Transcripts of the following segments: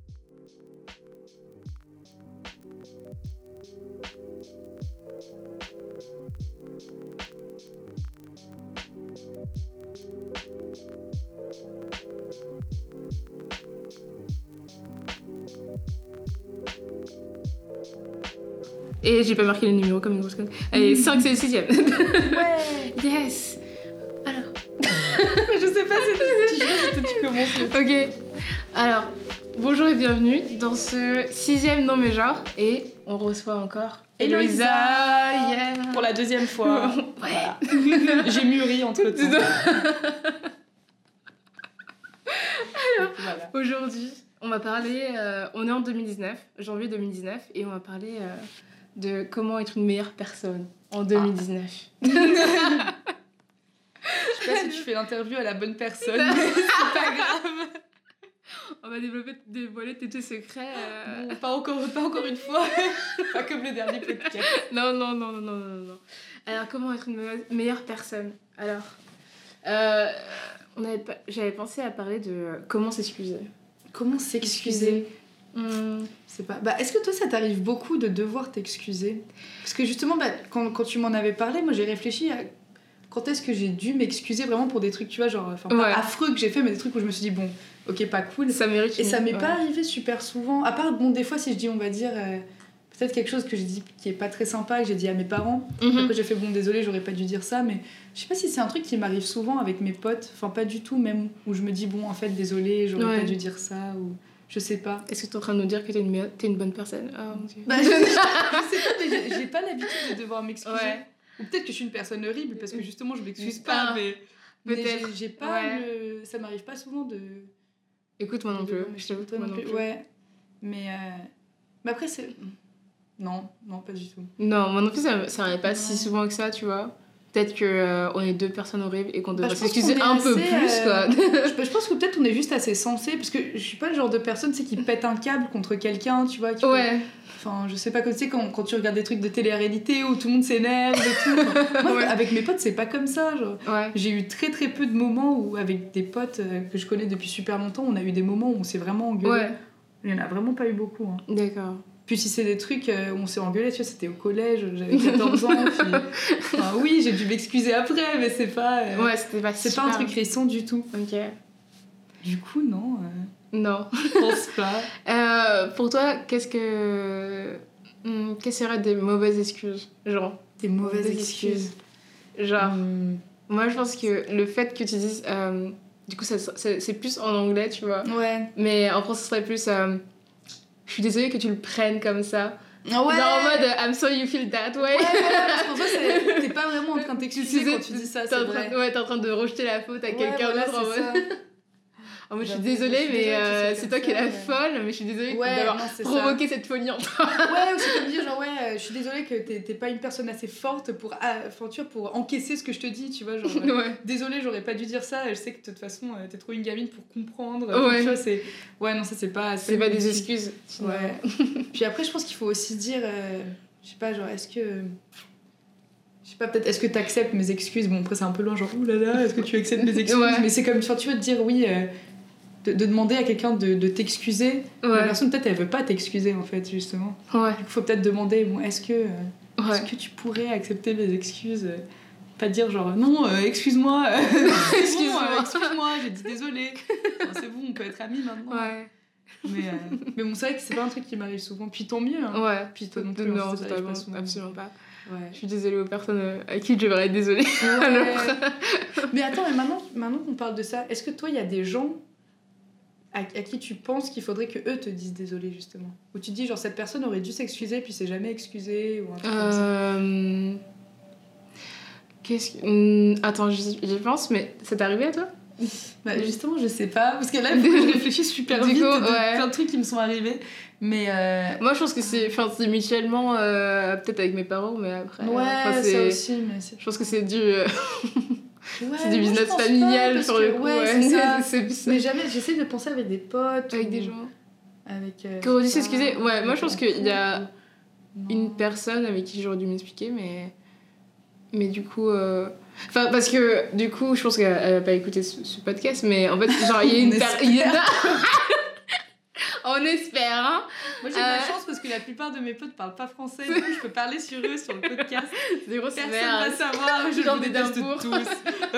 Et j'ai pas marqué le numéro comme une grosse conne. Allez, 5, c'est le 6ème. Ouais. Yes. Alors. Je sais pas si tu commences. Ok. Alors, bonjour et bienvenue dans ce 6ème Dans mes genres. Et on reçoit encore Héloïsa. Yeah. Pour la 2e fois. Ouais. Voilà. J'ai mûri entre temps. Alors, voilà. Aujourd'hui, on va parler. On est en 2019, janvier 2019, et on va parler de comment être une meilleure personne en 2019. Je sais pas si tu fais l'interview à la bonne personne, mais c'est pas grave. On va dévoiler tes petits secrets. Bon, pas encore une fois. Pas comme le dernier podcast. Non. Alors, comment être une meilleure personne? Alors, j'avais pensé à parler de comment s'excuser. Comment s'excuser? C'est pas... est-ce que toi, ça t'arrive beaucoup de devoir t'excuser? Parce que justement, quand tu m'en avais parlé, moi, j'ai réfléchi à quand est-ce que j'ai dû m'excuser vraiment pour des trucs, tu vois, genre... pas affreux que j'ai fait, mais des trucs où je me suis dit, bon, ok, pas cool. Ça mérite. Et ça m'est pas arrivé super souvent. À part, bon, des fois, si je dis, on va dire... peut-être quelque chose que j'ai dit qui est pas très sympa, que j'ai dit à mes parents. Après, j'ai fait, bon, désolé, j'aurais pas dû dire ça, mais je sais pas si c'est un truc qui m'arrive souvent avec mes potes. Enfin, pas du tout, même, où je me dis, bon, en fait, désolé, j'aurais pas dû dire ça, ou... Je sais pas. Est-ce que t'es en train de nous dire que t'es une bonne personne? Oh mon Dieu. Je sais pas, mais j'ai pas l'habitude de devoir m'excuser. Ouais. Ou peut-être que je suis une personne horrible parce que justement je m'excuse pas, mais peut-être. J'ai pas ça m'arrive pas souvent de. Écoute, moi non plus. Je t'avoue, toi non plus. Ouais. Mais après c'est. Non, pas du tout. Non, moi non plus ça m'arrive pas si souvent que ça, tu vois. Peut-être qu'on est deux personnes horribles et qu'on devrait s'excuser un peu plus, quoi. Je pense que peut-être on est juste assez sensé, parce que je suis pas le genre de personne, tu sais, qui pète un câble contre quelqu'un, tu vois. Enfin, je sais pas, tu sais, quand tu regardes des trucs de télé-réalité où tout le monde s'énerve et tout. Moi, avec mes potes, c'est pas comme ça, genre. J'ai eu très très peu de moments où, avec des potes que je connais depuis super longtemps, on a eu des moments où on s'est vraiment engueulé. Il y en a vraiment pas eu beaucoup. Hein. D'accord. Puis si c'est des trucs où on s'est engueulé, tu vois, c'était au collège, j'avais 14 ans, puis... Enfin, oui, j'ai dû m'excuser après, mais c'est pas... c'est pas un truc récent du tout. Ok. Du coup, non. Non. Je pense pas. Pour toi, quelles seraient des mauvaises excuses? Genre, des mauvaises excuses. Genre, moi je pense que le fait que tu dises... du coup, c'est plus en anglais, tu vois. Ouais. Mais en français, ce serait plus... je suis désolée que tu le prennes comme ça. Ouais. Genre en mode I'm sorry you feel that way. Ouais, pour toi, t'es pas vraiment en train de t'excuser quand tu dis ça, c'est vrai. T'es en train de rejeter la faute à quelqu'un d'autre en mode... En mode, je suis désolée, mais c'est toi qui es la folle, mais je suis désolée d'avoir provoqué cette folie en toi. Ouais, ou c'est comme dire, genre, je suis désolée que t'es pas une personne assez forte pour encaisser ce que je te dis, tu vois, genre, désolée, j'aurais pas dû dire ça, je sais que de toute façon, t'es trop une gamine pour comprendre. Tu vois, c'est... Ouais, non, ça, c'est pas... C'est pas des excuses. Ouais. Puis après, je pense qu'il faut aussi dire, je sais pas, genre, est-ce que... Je sais pas, peut-être, est-ce que t'acceptes mes excuses? Bon, après, c'est un peu loin, genre, oulala, est-ce que tu acceptes mes excuses? Mais c'est comme, tu vois, de dire oui... De demander à quelqu'un de t'excuser, la personne peut-être elle veut pas t'excuser en fait justement. Du coup faut peut-être demander bon est-ce que tu pourrais accepter mes excuses, pas dire genre non excuse-moi excuse-moi j'ai dit désolé, enfin, c'est bon on peut être amis maintenant. Mais bon c'est vrai que c'est pas un truc qui m'arrive souvent, puis tant mieux hein. Puis toi non plus non totalement absolument pas. Je suis désolée aux personnes à qui je devrais être désolée. Mais attends, mais maintenant qu'on parle de ça, est-ce que toi il y a des gens à qui tu penses qu'il faudrait que eux te disent désolé justement, ou tu te dis genre cette personne aurait dû s'excuser puis s'est jamais excusée ou un truc comme ça. Attends, j'y pense, mais ça t'est arrivé à toi? Justement je sais pas parce que là il faut que je réfléchisse super vite plein de trucs qui me sont arrivés, mais moi je pense que c'est mutuellement peut-être avec mes parents, mais après ça aussi, mais je pense que c'est dû c'est du business familial sur le coup. C'est ça. Mais jamais, j'essaie de penser avec des potes. Avec des gens. Avec. Qui auraient dû s'excuser. Ouais, moi je pense qu'il y a une personne avec qui j'aurais dû m'expliquer, mais du coup. Enfin, parce que du coup, je pense qu'elle va pas écouter ce podcast, mais en fait, genre, il y a une personne. On espère. Hein. Moi, j'ai de la chance parce que la plupart de mes potes parlent pas français, donc je peux parler sur eux sur le podcast. Des grosses Personne mères. va savoir, je Genre vous des déteste Dimbourg. tous.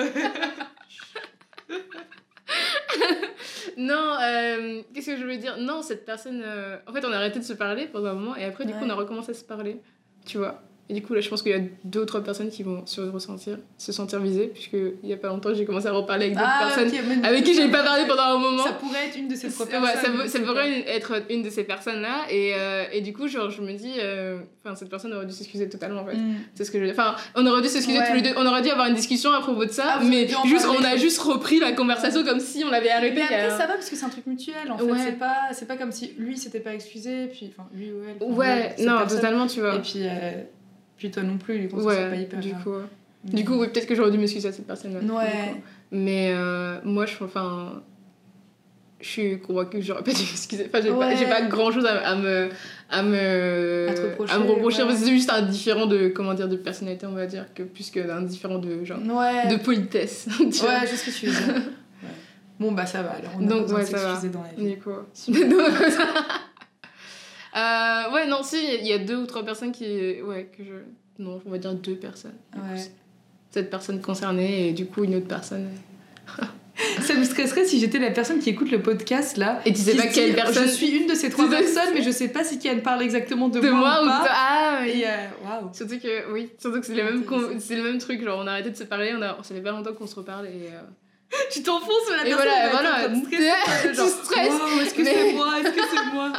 Non, qu'est-ce que je voulais dire? Non, cette personne... En fait, on a arrêté de se parler pendant un moment et après, du coup, on a recommencé à se parler. Tu vois? Et du coup, là, je pense qu'il y a 2 ou 3 personnes qui vont se sentir visées, puisqu'il y a pas longtemps, j'ai commencé à reparler avec d'autres personnes avec qui j'avais pas parlé pendant un moment. Ça pourrait être une de ces 3 personnes. Ouais, ça pourrait être une de ces personnes-là. Et du coup, genre, je me dis... cette personne aurait dû s'excuser totalement, en fait. C'est ce que je veux dire. Enfin, on aurait dû s'excuser tous les deux. On aurait dû avoir une discussion à propos de ça, mais juste, on a juste repris la conversation comme si on l'avait arrêté. Mais après, ça va, parce que c'est un truc mutuel, en fait. C'est pas comme si lui s'était pas excusé, puis... Enfin, lui ou elle. Ouais, non, totalement, tu vois. Et puis toi non plus, les conseils sont pas hyper... Du coup, oui, peut-être que j'aurais dû m'excuser à cette personne-là. Ouais. Mais moi, je suis convaincue que j'aurais pas dû m'excuser. Enfin, j'ai pas grand-chose à me reprocher. C'est juste un différent de personnalité, on va dire, que plus qu'un différent de genre de politesse. Ouais, je sais ce que tu veux dire. Ouais. Bon, bah ça va, alors on a besoin de s'excuser dans la vie. Du coup. Non, si, il y a 2 ou 3 personnes non, on va dire 2 personnes. Ouais. Cette personne concernée et du coup une autre personne. Ça me stresserait si j'étais la personne qui écoute le podcast là. Et tu sais pas quelle personne. Je suis une de ces 3 personnes, mais je sais pas si elle parle exactement de moi ou pas. Ah oui. Waouh. Surtout que c'est le même truc. Genre, on a arrêté de se parler, ça fait pas longtemps qu'on se reparle et. Tu t'enfonces sur la personne. Et voilà. Tu stresses. Wow, est-ce que c'est moi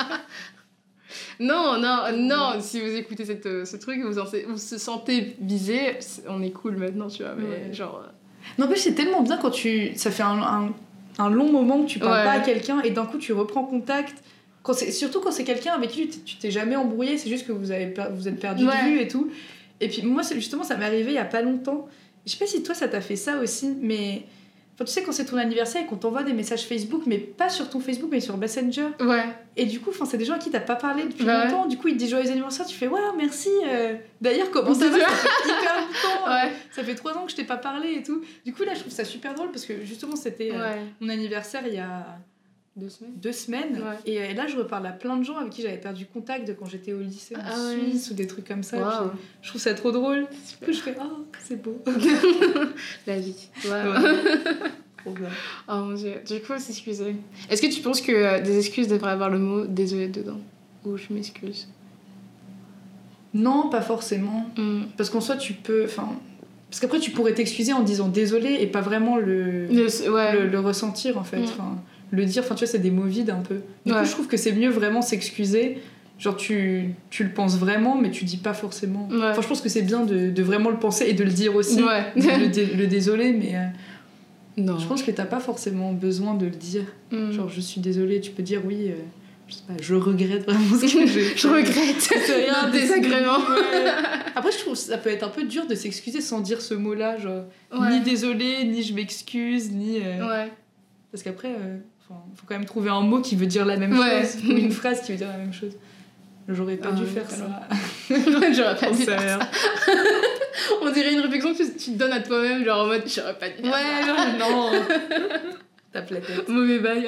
Non, si vous écoutez ce truc, vous se sentez visé, on est cool maintenant, tu vois, mais genre... N'empêche, c'est tellement bien quand ça fait un long moment que tu parles pas à quelqu'un et d'un coup tu reprends contact, surtout quand c'est quelqu'un avec qui tu t'es jamais embrouillé, c'est juste que vous êtes perdu de vue et tout. Et puis moi, justement, ça m'est arrivé il y a pas longtemps. Je sais pas si toi ça t'a fait ça aussi, mais... Enfin, tu sais, quand c'est ton anniversaire et qu'on t'envoie des messages Facebook, mais pas sur ton Facebook, mais sur Messenger. Ouais. Et du coup, c'est des gens à qui t'as pas parlé depuis longtemps. Du coup, ils te disent joyeux anniversaire, tu fais ouais, merci. D'ailleurs, comment ça va? Ça fait hyper longtemps. Ça fait 3 ans que je t'ai pas parlé et tout. Du coup, là, je trouve ça super drôle parce que justement, c'était mon anniversaire il y a 2 semaines. Et là, je reparle à plein de gens avec qui j'avais perdu contact de quand j'étais au lycée en Suisse ou des trucs comme ça. Wow. Je trouve ça trop drôle. Du coup, je fais c'est beau. La vie. Trop bien. Oh mon dieu. Du coup, s'excuser. Est-ce que tu penses que des excuses devraient avoir le mot désolé dedans? Ou je m'excuse? Non, pas forcément. Parce qu'en soi, tu peux... Parce qu'après, tu pourrais t'excuser en disant désolé et pas vraiment le ressentir, en fait. Le dire, tu vois, c'est des mots vides un peu. Du coup, je trouve que c'est mieux vraiment s'excuser. Genre, tu le penses vraiment, mais tu dis pas forcément. Enfin, je pense que c'est bien de vraiment le penser et de le dire aussi. Le désolé, mais... Non. Je pense que t'as pas forcément besoin de le dire. Genre, je suis désolée, tu peux dire oui... je sais pas, je regrette vraiment ce que j'ai fait. Je regrette. C'est un désagrément. Après, je trouve que ça peut être un peu dur de s'excuser sans dire ce mot-là. Genre, ni désolé, ni je m'excuse, ni... Parce qu'aprrait, faut quand même trouver un mot qui veut dire la même chose. Ou une phrase qui veut dire la même chose. J'aurais pas dû faire ça. J'aurais pas dû faire ça. On dirait une réflexion que tu te donnes à toi-même, genre en mode j'aurais pas dû faire ça. Non. Tape la tête. Mauvais bail.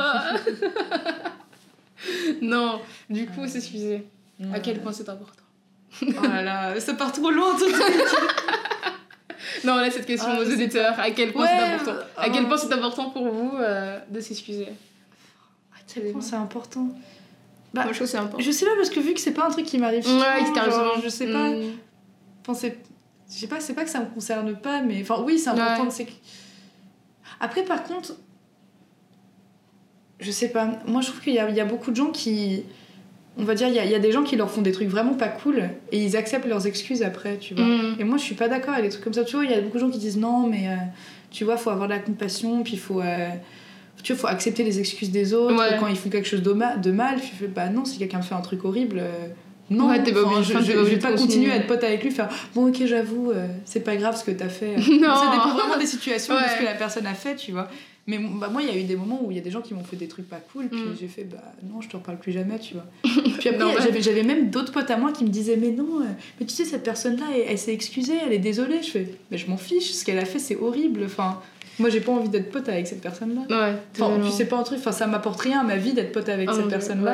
Non, du coup, s'excuser. À quel point c'est important? Oh là là, ça part trop loin tout de suite. Non, là, cette question aux auditeurs. À quel point c'est important? À quel point c'est important pour vous de s'excuser? À quel point c'est important? Moi, je trouve que c'est important. Je sais pas, parce que vu que c'est pas un truc qui m'arrive souvent, je sais pas. Enfin, je sais pas, c'est pas que ça me concerne pas, mais... Enfin, oui, c'est important. C'est que... Après, par contre... Je sais pas. Moi, je trouve qu'il y a beaucoup de gens qui... On va dire, il y a des gens qui leur font des trucs vraiment pas cool et ils acceptent leurs excuses après, tu vois. Et moi, je suis pas d'accord avec des trucs comme ça. Tu vois, il y a beaucoup de gens qui disent non, mais tu vois, faut avoir de la compassion, puis faut accepter les excuses des autres quand ils font quelque chose de mal. Tu fais, bah non, si quelqu'un fait un truc horrible, non. T'es pas obligé, je vais pas continuer à être pote avec lui, faire bon, ok, j'avoue, c'est pas grave ce que t'as fait. Non. Ça dépend vraiment des situations, de ce que la personne a fait, tu vois. Mais moi, il y a eu des moments où il y a des gens qui m'ont fait des trucs pas cool, puis j'ai fait, bah non, je te reparle plus jamais, tu vois. Puis après, j'avais même d'autres potes à moi qui me disaient, mais non, mais tu sais, cette personne-là, elle s'est excusée, elle est désolée. Je fais, mais je m'en fiche, ce qu'elle a fait, c'est horrible. Enfin, moi, j'ai pas envie d'être pote avec cette personne-là. Puis c'est pas un truc, ça m'apporte rien à ma vie d'être pote avec cette personne-là.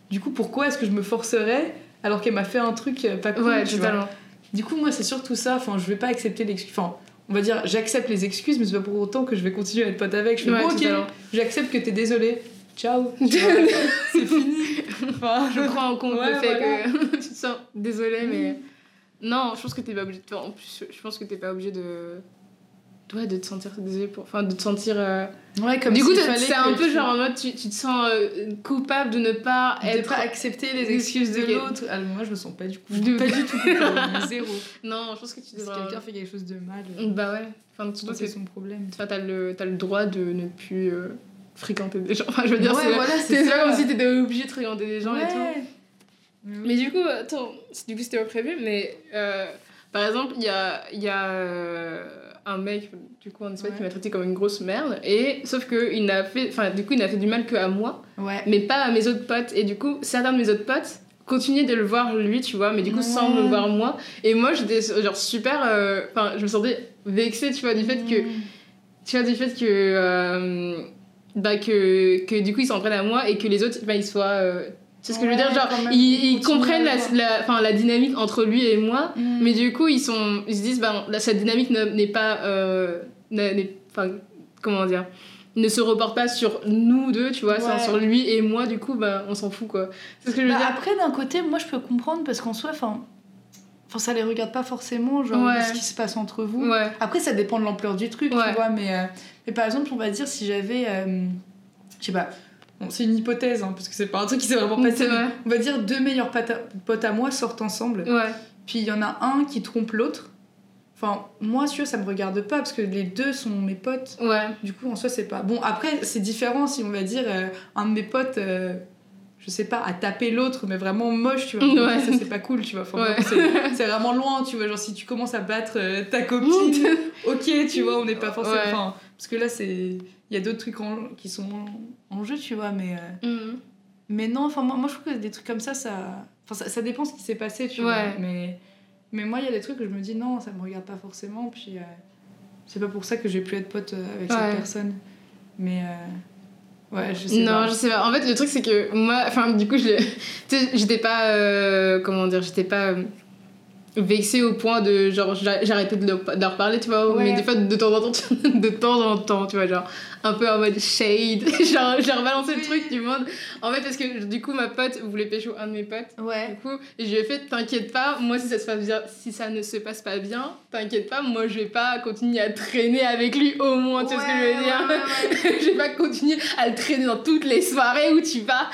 Du coup, pourquoi est-ce que je me forcerais alors qu'elle m'a fait un truc pas cool, Ouais, tu totalement. vois. Du coup, moi, c'est surtout ça. Enfin, je vais pas accepter l'excuse. Enfin, on va dire, j'accepte les excuses, mais c'est pas pour autant que je vais continuer à être pote avec. Je fais, bon, ok, j'accepte que t'es désolée. Ciao. C'est fini. Enfin, je prends en compte le fait voilà. que tu te sens désolée, mais non, je pense que t'es pas obligé de... En plus, je pense que t'es pas obligé de... Ouais, de te sentir désolée pour... Enfin, de te sentir... Ouais, comme du coup, fallait c'est un peu genre en mode, tu te sens coupable de ne pas pas accepter les excuses de l'autre. Alors, moi, je me sens pas du coup. Pas du tout coupable, zéro. Non, je pense que tu devrais... Si quelqu'un fait quelque chose de mal... Bah ouais. Enfin, surtout c'est son problème. Enfin, t'as le droit de ne plus fréquenter des gens. Enfin, je veux dire, ouais, c'est pas comme si t'étais obligé de fréquenter des gens et tout. Oui. Mais du coup, attends, du coup, c'était pas prévu, mais par exemple, il y a un mec, du coup, en Espagne, qui m'a traité comme une grosse merde, et sauf que il n'a fait du mal qu'à moi, mais pas à mes autres potes. Et du coup, certains de mes autres potes continuaient de le voir lui, tu vois, mais du coup, sans me voir moi. Et moi, j'étais genre super. Enfin, je me sentais vexée, tu vois, du fait que. Tu vois, du fait que. Que du coup, ils s'en prennent à moi et que les autres, ils soient. C'est ce que je veux dire, genre, ils comprennent la dynamique entre lui et moi, mais du coup, ils se disent, cette dynamique n'est pas. Comment dire, ne se reporte pas sur nous deux, tu vois, c'est sur lui et moi, du coup, on s'en fout, quoi. C'est ce que je veux dire. Après, d'un côté, moi, je peux comprendre parce qu'en soi, ça les regarde pas forcément, genre, ce qui se passe entre vous. Après, ça dépend de l'ampleur du truc, tu vois, mais par exemple, on va dire, si j'avais. Je sais pas. Bon, c'est une hypothèse, hein, parce que c'est pas un truc qui s'est vraiment passé. On va dire 2 meilleurs potes à moi sortent ensemble. Puis il y en a un qui trompe l'autre. Enfin, moi, ça me regarde pas, parce que les deux sont mes potes. Du coup, en soi, c'est pas... Bon, après, c'est différent si on va dire un de mes potes... je sais pas, à taper l'autre, mais vraiment moche, tu vois. Ça, c'est pas cool, tu vois. Enfin, c'est vraiment loin, tu vois. Genre, si tu commences à battre ta copine, ok, tu vois, on n'est pas forcément... Enfin, parce que là, c'est... Il y a d'autres trucs qui sont en jeu, tu vois, mais... Mais non, enfin, moi, je trouve que des trucs comme ça, ça dépend ce qui s'est passé, tu vois. Mais moi, il y a des trucs que je me dis, non, ça me regarde pas forcément, puis c'est pas pour ça que j'ai pu être pote avec cette personne. Mais... Ouais, je sais pas. Non, je sais pas. En fait, le truc, c'est que moi... Enfin, du coup, j'étais pas... comment dire, j'étais pas... vexée au point de genre j'arrêtais de leur parler, tu vois, mais des fois de temps en temps, tu vois, genre un peu en mode shade, genre j'ai rebalancé le truc du monde en fait, parce que du coup ma pote voulait pécho un de mes potes, du coup je lui ai fait t'inquiète pas, moi si ça ne se passe pas bien, t'inquiète pas, moi je vais pas continuer à traîner avec lui au moins, tu vois ce que je veux dire. Je vais pas continuer à le traîner dans toutes les soirées où tu vas.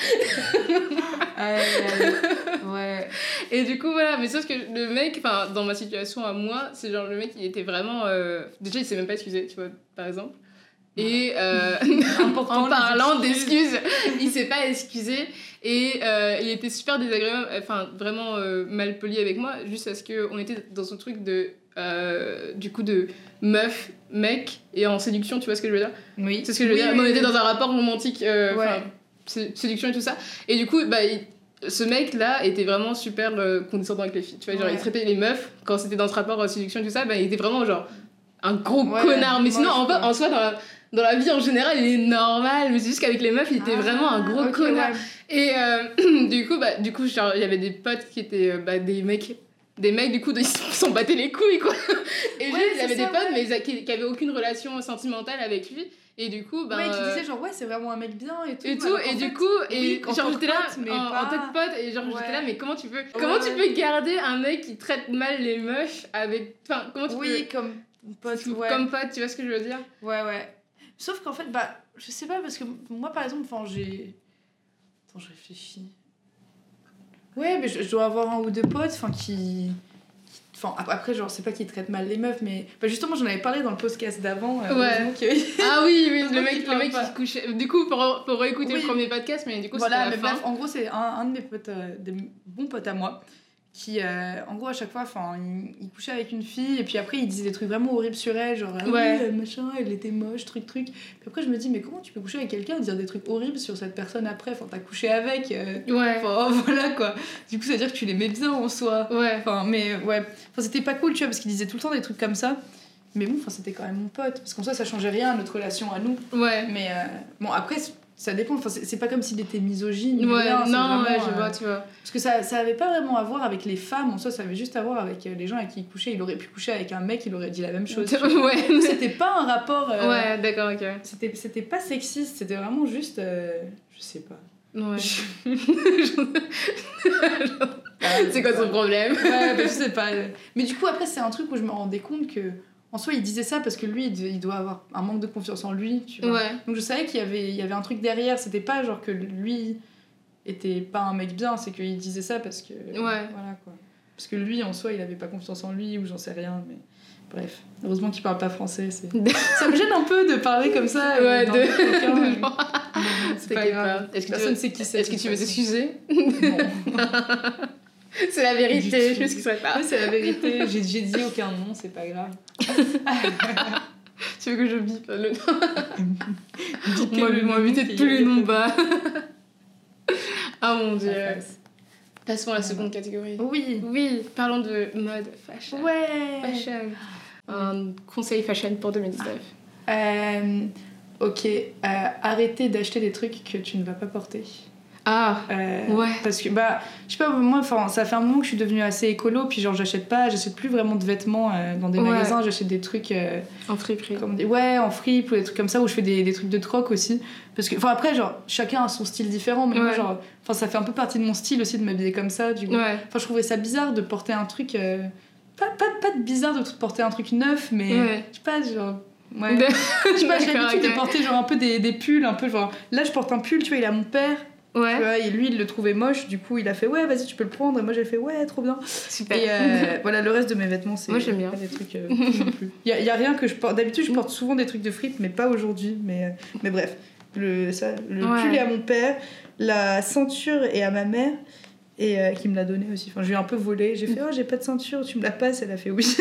Et du coup voilà, mais sauf que le mec, enfin dans ma situation à moi, c'est genre le mec il était vraiment déjà il s'est même pas excusé, tu vois, par exemple. Et en parlant d'excuses, il s'est pas excusé et il était super désagréable, enfin vraiment mal poli avec moi, juste parce qu'on était dans un truc de du coup de meuf, mec et en séduction, tu vois ce que je veux dire. C'est ce que je veux dire. On était dans un rapport romantique, séduction et tout ça, et du coup ce mec là était vraiment super condescendant avec les filles, tu vois, genre il traitait les meufs quand c'était dans ce rapport séduction et tout ça, il était vraiment genre un gros connard, mais sinon en soi dans la vie en général il est normal, mais c'est juste qu'avec les meufs il était vraiment un gros connard. Et du coup genre il y avait des potes qui étaient des mecs du coup ils s'en battaient les couilles, quoi. Et lui il avait des potes mais qui avaient aucune relation sentimentale avec lui. Et du coup, qui disait genre, c'est vraiment un mec bien et tout. Et du coup, genre j'étais là, en tant que pote, et genre j'étais là, mais comment tu peux garder un mec qui traite mal les meufs avec. Enfin, comment tu peux. Comme pote, Comme pote, tu vois ce que je veux dire? Sauf qu'en fait, je sais pas, parce que moi par exemple, Attends, je réfléchis. Mais je dois avoir un ou deux potes, qui. Après, genre, c'est pas qu'ils traitent mal les meufs, mais... justement, j'en avais parlé dans le podcast d'avant. Ah oui, le mec qui se couchait... Du coup, pour réécouter le premier podcast, mais du coup, voilà, c'était la fin. Bref, en gros, c'est un de mes potes, des bons potes à moi, qui, en gros, à chaque fois, il couchait avec une fille, et puis après, il disait des trucs vraiment horribles sur elle, genre, machin, elle était moche, truc. Puis après, je me dis, mais comment tu peux coucher avec quelqu'un et dire des trucs horribles sur cette personne après? T'as couché avec, voilà, quoi. Du coup, ça veut dire que tu l'aimais bien en soi. C'était pas cool, tu vois, parce qu'il disait tout le temps des trucs comme ça. Mais bon, c'était quand même mon pote, parce qu'en soi, ça changeait rien à notre relation à nous. Mais bon, après, ça dépend, enfin, c'est pas comme s'il était misogyne. Ouais, rien, non, vraiment, je vois, tu vois. Parce que ça avait pas vraiment à voir avec les femmes, en soi, ça avait juste à voir avec les gens avec qui il couchait. Il aurait pu coucher avec un mec, il aurait dit la même chose. Ouais. C'était pas un rapport. Ouais, d'accord, ok. C'était pas sexiste, c'était vraiment juste. Je sais pas. Ouais. C'est quoi son problème? Ouais, bah, je sais pas. Mais du coup, après, c'est un truc où je me rendais compte que. En soi, il disait ça parce que lui, il doit avoir un manque de confiance en lui, tu vois. Ouais. Donc je savais qu'il y avait un truc derrière. C'était pas genre que lui était pas un mec bien, c'est qu'il disait ça parce que... Ouais. Voilà, quoi. Parce que lui, en soi, il avait pas confiance en lui ou j'en sais rien, mais... Bref. Heureusement qu'il parle pas français. Ça me gêne un peu de parler comme ça. Ouais, c'est pas grave. Personne sait qui c'est. Est-ce que tu veux t'excuser? Non. C'est la vérité, je m'excuserai pas. Ouais, c'est la vérité. J'ai dit aucun nom, c'est pas grave. Tu veux que je bip le nom? Moi, éviter tous les noms bas. Ah mon dieu. Passons à la seconde catégorie. Oui, parlons de mode fashion. Ouais. Fashion. Un conseil fashion pour 2019. Ok, arrêtez d'acheter des trucs que tu ne vas pas porter. Ah, ouais. Parce que, bah, je sais pas, moi, ça fait un moment que je suis devenue assez écolo, puis genre, j'achète plus vraiment de vêtements dans des magasins, j'achète des trucs. En friperie. Ouais, en fripe ou des trucs comme ça, où je fais des trucs de troc aussi. Parce que, enfin, après, genre, chacun a son style différent, mais moi, genre, ça fait un peu partie de mon style aussi de m'habiller comme ça, du coup. Ouais. Enfin, je trouverais ça bizarre de porter un truc. Pas de bizarre de porter un truc neuf, mais. Je sais pas, genre. Ouais. Je sais pas, j'ai l'habitude de porter genre un peu des pulls, un peu genre. Là, je porte un pull, tu vois, il a mon père. Ouais. Tu vois, et lui, il le trouvait moche, du coup, il a fait ouais, vas-y, tu peux le prendre. Et moi, j'ai fait ouais, trop bien. Super. Et voilà, le reste de mes vêtements, c'est. Moi, j'aime bien. Pas des trucs non plus. Y a rien que je porte. D'habitude, je porte souvent des trucs de frites, mais pas aujourd'hui. Mais bref, le pull est à mon père, la ceinture est à ma mère. Et qui me l'a donné aussi. Enfin, je lui ai un peu volé. J'ai fait oh, j'ai pas de ceinture, tu me la passes? Elle a fait oui.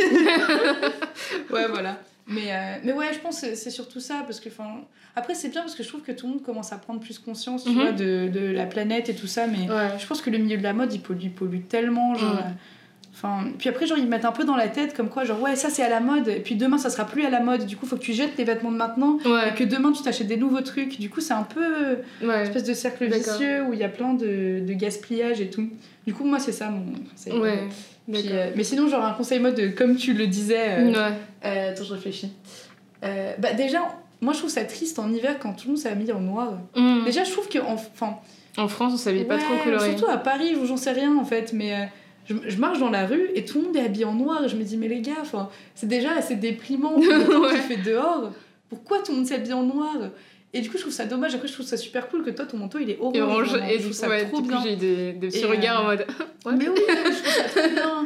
Ouais, voilà. Mais ouais, je pense que c'est surtout ça, parce que après c'est bien parce que je trouve que tout le monde commence à prendre plus conscience, tu vois, de la planète et tout ça, mais je pense que le milieu de la mode il pollue tellement, genre puis après genre ils mettent un peu dans la tête comme quoi genre ouais, ça c'est à la mode et puis demain ça sera plus à la mode, du coup faut que tu jettes tes vêtements de maintenant et que demain tu t'achètes des nouveaux trucs, du coup c'est un peu une espèce de cercle vicieux où il y a plein de gaspillage et tout. Du coup moi c'est ça mon conseil. Puis, mais sinon genre un conseil mode comme tu le disais attends je réfléchis. Bah déjà moi je trouve ça triste en hiver quand tout le monde s'habille en noir. Déjà je trouve que en France on s'habille pas trop coloré, surtout à Paris où j'en sais rien en fait, mais je marche dans la rue et tout le monde est habillé en noir et je me dis mais les gars c'est déjà assez déprimant pour le temps qu'il fait dehors, pourquoi tout le monde s'habille en noir? Et du coup je trouve ça dommage. Après je trouve ça super cool que toi ton manteau il est orange et je trouve ça trop bien. J'ai des petits regards en mode mais oui je trouve ça trop bien.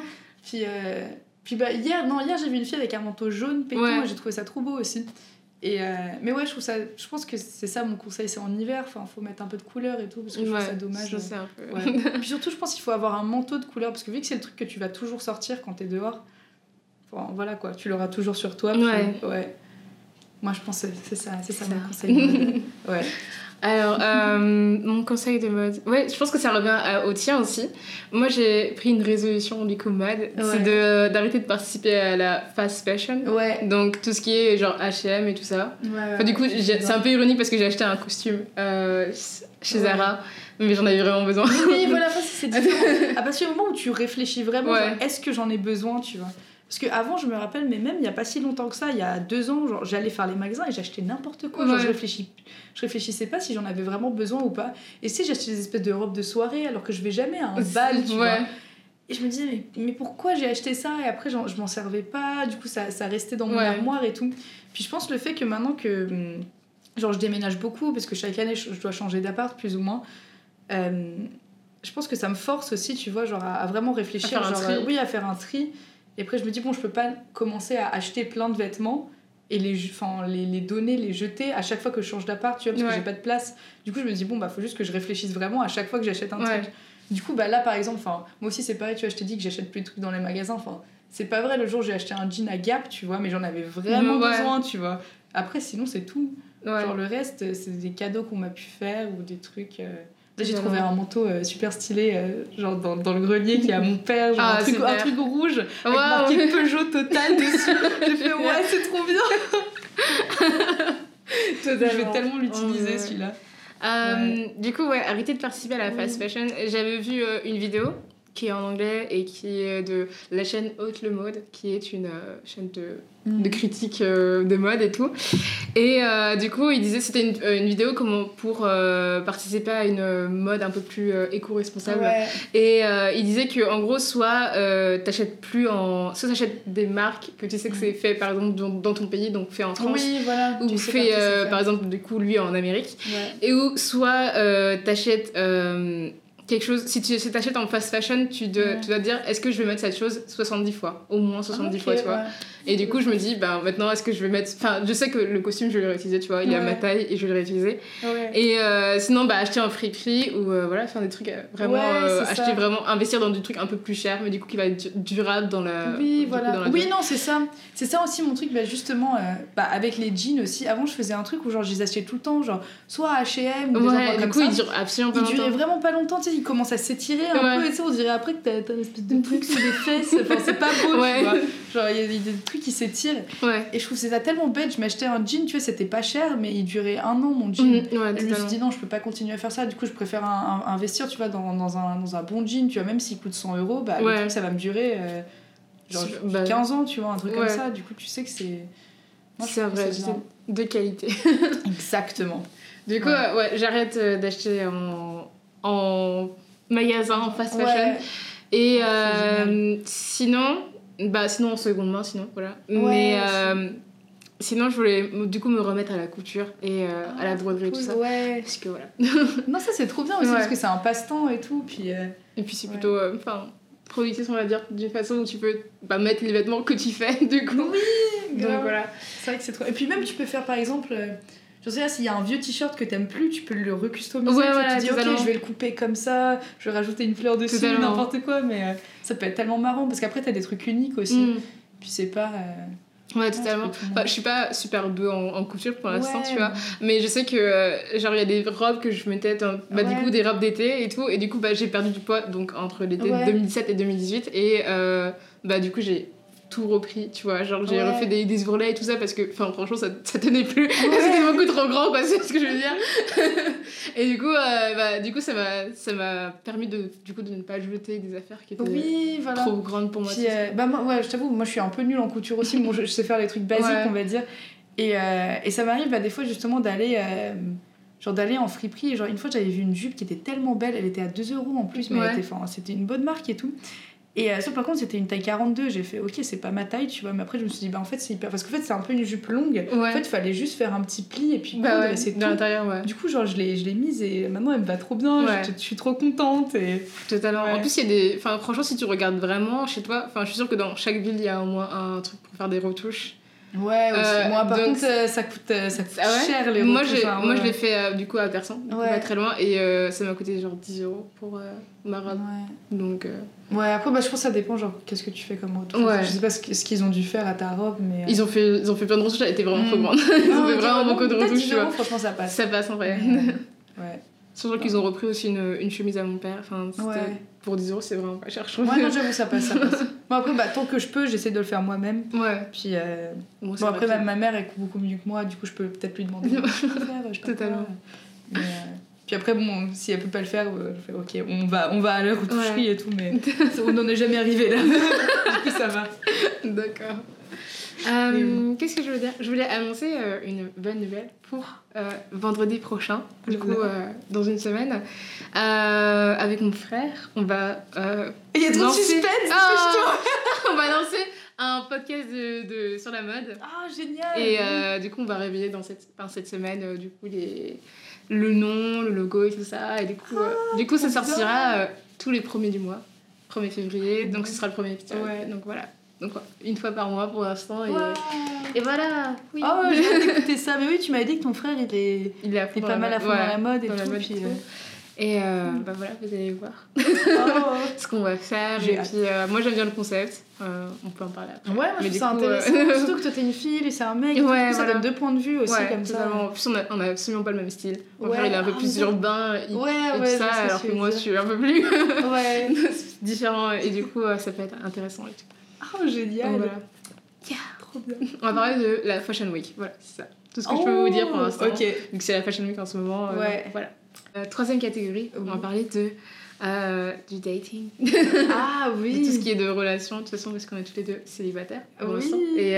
Puis bah hier j'ai vu une fille avec un manteau jaune pétant et j'ai trouvé ça trop beau aussi. Mais ouais je pense que c'est ça mon conseil, c'est en hiver faut mettre un peu de couleur et tout parce que je trouve ça dommage. Je sais un peu. Et puis surtout je pense qu'il faut avoir un manteau de couleur parce que vu que c'est le truc que tu vas toujours sortir quand t'es dehors, voilà quoi, tu l'auras toujours sur toi. Puis, moi je pense que c'est ça mon conseil. Ouais. Alors, mon conseil de mode... Ouais, je pense que ça revient au tien aussi. Moi, j'ai pris une résolution du coup mode. C'est d'arrêter de participer à la fast fashion. Ouais. Donc, tout ce qui est genre H&M et tout ça. Du coup, c'est un peu ironique parce que j'ai acheté un costume chez Zara. Mais j'en avais vraiment besoin. Oui, voilà, c'est différent. À partir du moment où tu réfléchis vraiment, genre, est-ce que j'en ai besoin, tu vois? Parce qu'avant, je me rappelle, mais même il n'y a pas si longtemps que ça, il y a 2 ans, genre, j'allais faire les magasins et j'achetais n'importe quoi. Genre, je réfléchissais pas si j'en avais vraiment besoin ou pas. Et si j'achetais des espèces de robes de soirée alors que je vais jamais à un bal, tu vois. Et je me disais, mais pourquoi j'ai acheté ça? Et après, genre, je m'en servais pas. Du coup, ça restait dans mon armoire et tout. Puis je pense le fait que maintenant que genre, je déménage beaucoup, parce que chaque année, je dois changer d'appart, plus ou moins. Je pense que ça me force aussi, tu vois, genre, à vraiment réfléchir. À faire un tri. Et après, je me dis, bon, je peux pas commencer à acheter plein de vêtements et les donner, les jeter à chaque fois que je change d'appart, tu vois, parce que j'ai pas de place. Du coup, je me dis, bon, faut juste que je réfléchisse vraiment à chaque fois que j'achète un truc. Du coup, là, par exemple, moi aussi, c'est pareil, tu vois, je t'ai dit que j'achète plus de trucs dans les magasins. C'est pas vrai, le jour, j'ai acheté un jean à Gap, tu vois, mais j'en avais vraiment besoin, tu vois. Après, sinon, c'est tout. Genre, le reste, c'est des cadeaux qu'on m'a pu faire ou des trucs... Là, j'ai trouvé un manteau super stylé, genre dans le grenier qui est à mon père, genre un truc rouge avec marqué Peugeot Total dessus. J'ai fait c'est trop bien. Je vais tellement l'utiliser celui-là. Du coup, ouais, arrêter de participer à la fast fashion. J'avais vu une vidéo qui est en anglais et qui est de la chaîne Haute le Mode, qui est une chaîne de critique de mode et tout. Et du coup, il disait c'était une vidéo comment pour participer à une mode un peu plus éco-responsable. Et il disait que en gros, soit t'achètes plus en, soit t'achètes des marques que tu sais que c'est fait par exemple dans ton pays, donc fait en France, ou fait par exemple du coup lui en Amérique, et ou soit t'achètes quelque chose, si tu t'achètes en fast fashion, tu dois te dire est-ce que je vais mettre cette chose 70 fois, au moins 70 fois, tu vois. Et du coup, je me dis, bah, maintenant, est-ce que je vais mettre. Enfin, je sais que le costume, je vais le réutiliser, tu vois, il est à ma taille et je vais le réutiliser. Et sinon, bah, acheter en friperie ou voilà, faire des trucs vraiment. Acheter vraiment, investir dans du truc un peu plus cher, mais du coup, qui va être durable dans la. Oui, voilà. Oui, non, c'est ça. C'est ça aussi mon truc, bah, justement, avec les jeans aussi. Avant, je faisais un truc où genre, je les achetais tout le temps, genre, soit à HM ou des endroits comme ça. Du coup, ils durent absolument pas longtemps. Ils duraient vraiment pas longtemps, tu sais, ils commencent à s'étirer un peu, et tu sais, on dirait après que t'as une espèce de truc sur les fesses. Enfin, c'est pas beau, tu vois. Genre, il y a des trucs qui s'étirent. Et je trouve ça tellement bête. Je m'achetais un jean, tu vois, c'était pas cher, mais il durait 1 an, mon jean. Et je me suis dit, non, je peux pas continuer à faire ça. Du coup, je préfère investir, tu vois, dans un bon jean, tu vois, même s'il coûte 100 €, bah, le truc, ça va me durer genre 15 ans, tu vois, un truc comme ça. Du coup, tu sais que c'est. Moi, c'est vrai, de qualité. Exactement. Du coup, j'arrête d'acheter en magasin, en fast fashion. Et sinon en seconde main, voilà. Mais sinon, je voulais du coup me remettre à la couture et à la broderie et tout ça. Parce que voilà. Non, ça c'est trop bien aussi parce que c'est un passe-temps et tout. Puis, et puis c'est plutôt productif, on va dire, d'une façon où tu peux mettre les vêtements que tu fais, du coup. Oui, donc voilà. C'est vrai que c'est trop. Et puis même, tu peux faire par exemple. Je sais pas, s'il y a un vieux t-shirt que t'aimes plus, tu peux le recustomiser. Tu dis, ok, je vais le couper comme ça, je vais rajouter une fleur dessus, n'importe quoi, mais ça peut être tellement marrant parce qu'après, t'as des trucs uniques aussi. Puis c'est pas. Ouais, totalement. Je suis pas super douée en couture pour l'instant, tu vois. Mais je sais que, genre, il y a des robes que je mettais, du coup, des robes d'été et tout. Et du coup, j'ai perdu du poids donc, entre l'été 2017 et 2018. Et du coup, j'ai tout repris, tu vois, genre j'ai refait des ourlets et tout ça parce que franchement ça tenait plus, c'était beaucoup trop grand quoi, c'est ce que je veux dire. Et du coup ça m'a permis de ne pas jeter des affaires qui étaient trop grandes pour moi. Puis, moi je t'avoue, moi je suis un peu nulle en couture aussi. Bon, je sais faire les trucs basiques on va dire, et ça m'arrive des fois justement d'aller en friperie. Genre une fois j'avais vu une jupe qui était tellement belle, elle était à 2 € en plus, mais c'était une bonne marque et tout. Et ça, par contre, c'était une taille 42. J'ai fait, ok, c'est pas ma taille, tu vois. Mais après, je me suis dit, en fait, c'est hyper. Parce qu'en fait, c'est un peu une jupe longue. En fait, il fallait juste faire un petit pli et puis coudre et c'est tout. L'intérieur, Du coup, genre, je l'ai mise et maintenant, elle me va trop bien. Je suis trop contente. Totalement. En plus, il y a des. Franchement, si tu regardes vraiment chez toi, je suis sûre que dans chaque ville, il y a au moins un truc pour faire des retouches. Ouais, aussi. Moi, par contre, ça coûte cher les retouches. Moi, je l'ai fait du coup à Persan, pas très loin, et ça m'a coûté genre 10 € pour ma robe. Donc. Ouais, après, je pense que ça dépend, genre, qu'est-ce que tu fais comme retouche. Je sais pas ce qu'ils ont dû faire à ta robe, mais. Ils ont fait plein de retouches, elle était vraiment trop grande. Ils ont fait vraiment beaucoup de retouches, tu vois. Franchement, ça passe. Ça passe en vrai. Ouais. Surtout qu'ils ont repris aussi une chemise à mon père. Pour 10 €, c'est vraiment pas cher, je trouve. Ouais, non, j'avoue, ça passe. Bon, après, tant que je peux, j'essaie de le faire moi-même. Puis, après, ma mère, elle coupe beaucoup mieux que moi, du coup, je peux peut-être lui demander. Totalement. Puis après, si elle peut pas le faire, je fais ok, on va à la retoucherie et tout, mais on n'en est jamais arrivé là. Du coup, ça va. D'accord. Qu'est-ce que je veux dire ? Je voulais annoncer une bonne nouvelle pour vendredi prochain, du coup dans une semaine. Avec mon frère, on va. Il y a trop de suspense. On va lancer un podcast sur la mode. Ah, génial. Et du coup, on va révéler cette semaine du coup le nom, le logo et tout ça. Et du coup ça sortira tous les premiers du mois, 1er février. Donc ce sera le premier épisode. Donc voilà. Donc une fois par mois pour l'instant. Et voilà. Oui. Oh, j'ai hâte d'écouter ça. Mais oui, tu m'avais dit que ton frère il est pas mal à fond dans la mode et tout. Et voilà, vous allez voir ce qu'on va faire. Et puis moi j'aime bien le concept, on peut en parler après. Ouais, moi je trouve ça intéressant. Surtout que toi t'es une fille et c'est un mec, ça donne 2 points de vue aussi comme ça. En plus on a absolument pas le même style. Mon frère il est un peu plus urbain et tout ça, alors que moi je suis un peu plus différent et du coup ça peut être intéressant et tout. Oh génial. Donc, voilà. Trop bien. On va parler de la Fashion Week, voilà, c'est ça. tout ce que je peux vous dire pour l'instant. Ok. Vu que c'est la Fashion Week en ce moment. Ouais. Voilà. Troisième catégorie, on va parler du dating. Ah oui. De tout ce qui est de relations, de toute façon, parce qu'on est tous les deux célibataires. Oui. Et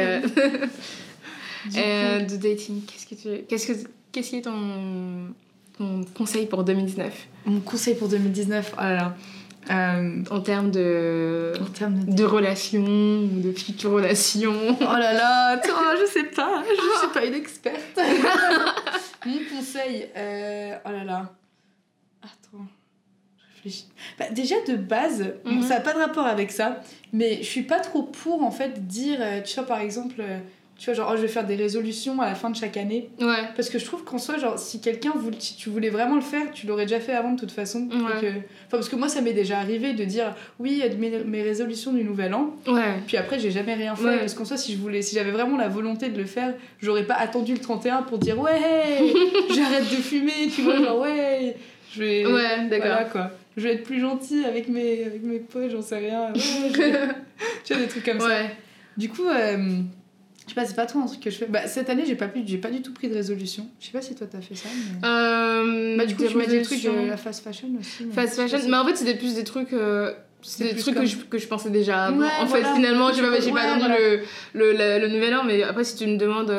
de dating, qu'est-ce qui est ton conseil pour 2019? Mon conseil pour 2019, oh là là. En termes de relations ou de futures relations. Oh là là, toi, je sais pas une experte. Mon conseil, oh là là. Attends, je réfléchis. Bah, déjà de base, bon, ça n'a pas de rapport avec ça, mais je suis pas trop pour en fait dire, tu vois par exemple, tu vois genre je vais faire des résolutions à la fin de chaque année. Ouais. Parce que je trouve qu'en soi, genre si tu voulais vraiment le faire, tu l'aurais déjà fait avant de toute façon. Ouais. Parce que moi ça m'est déjà arrivé de dire oui mes résolutions du nouvel an. Ouais. Puis après j'ai jamais rien fait. Ouais. Parce qu'en soi si j'avais vraiment la volonté de le faire, j'aurais pas attendu le 31 pour dire ouais j'arrête de fumer, tu vois genre ouais je vais d'accord. voilà quoi. Je vais être plus gentille avec mes potes, j'en sais rien. Ouais, tu vois des trucs comme ça. Du coup je sais pas, c'est pas trop un truc que je fais. Bah, cette année, j'ai pas du tout pris de résolution. Je sais pas si toi t'as fait ça. Mais... Bah, du coup, tu m'as dit des trucs de la fast fashion aussi. Fast fashion, mais en fait, c'était plus des trucs. C'est des trucs que je pensais déjà avant. Ouais, en fait, finalement, j'ai pas attendu le nouvel an, mais après, si tu me demandes.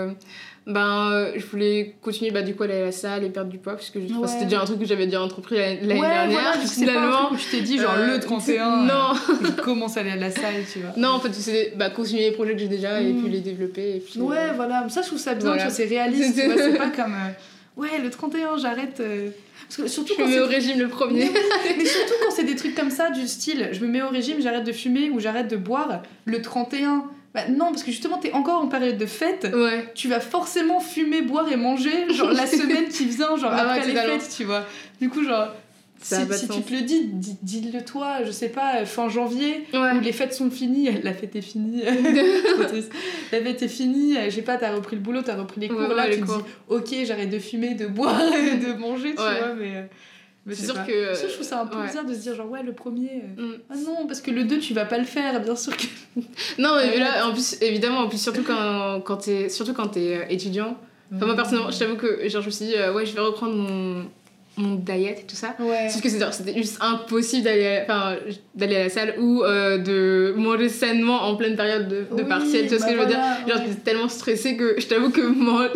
Je voulais continuer du coup aller à la salle et perdre du poids parce que je trouve que c'était déjà un truc que j'avais déjà entrepris l'année dernière. Voilà, c'est pas un truc où tu t'es dit genre le 31 non je commence à aller à la salle, tu vois. Non, en fait c'est continuer les projets que j'ai déjà et puis les développer et puis ouais voilà, ça je trouve ça bien, tu vois, c'est réaliste, tu vois, c'est pas comme le 31 j'arrête parce que surtout je me mets au régime le premier. Mais surtout quand c'est des trucs comme ça du style je me mets au régime, j'arrête de fumer ou j'arrête de boire le 31. Bah non, parce que justement t'es encore en période de fête, tu vas forcément fumer, boire et manger genre la semaine qui vient, genre après les fêtes, tu vois. Du coup genre si tu te le dis-le toi, je sais pas, fin janvier, où les fêtes sont finies, la fête est finie, trop triste. La fête est finie, je sais pas, t'as repris le boulot, t'as repris les cours, là tu te dis ok j'arrête de fumer, de boire et de manger, tu vois, mais c'est sûr que ça, je trouve ça un peu bizarre de se dire genre le premier ah non parce que le 2 tu vas pas le faire, bien sûr que non mais là en plus évidemment surtout quand t'es étudiant, enfin moi personnellement je t'avoue que genre je me suis dit je vais reprendre mon diet et tout ça, sauf que c'était juste impossible d'aller à la salle ou de manger sainement en pleine période de partiel, tu vois ce que je veux dire, genre j'étais tellement stressée que je t'avoue que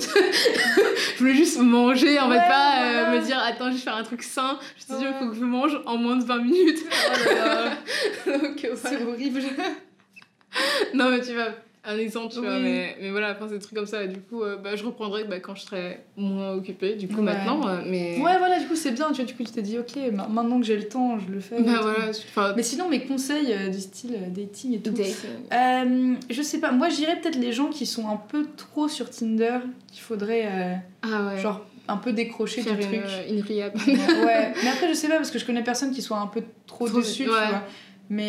je voulais juste manger en fait, pas me dire attends je vais faire un truc sain, je me suis dit il faut que je mange en moins de 20 minutes. Donc c'est horrible. Non mais tu vois un exemple, tu vois, mais voilà, enfin c'est des trucs comme ça, et du coup je reprendrai quand je serai moins occupée du coup maintenant, mais voilà, du coup c'est bien, tu vois, du coup tu t'es dit ok maintenant que j'ai le temps je le fais. Mais sinon mes conseils du style dating et tout, je sais pas, moi j'irais peut-être les gens qui sont un peu trop sur Tinder, qu'il faudrait genre un peu décrocher du truc, une rehab. Mais après je sais pas parce que je connais personne qui soit un peu trop dessus, tu vois, mais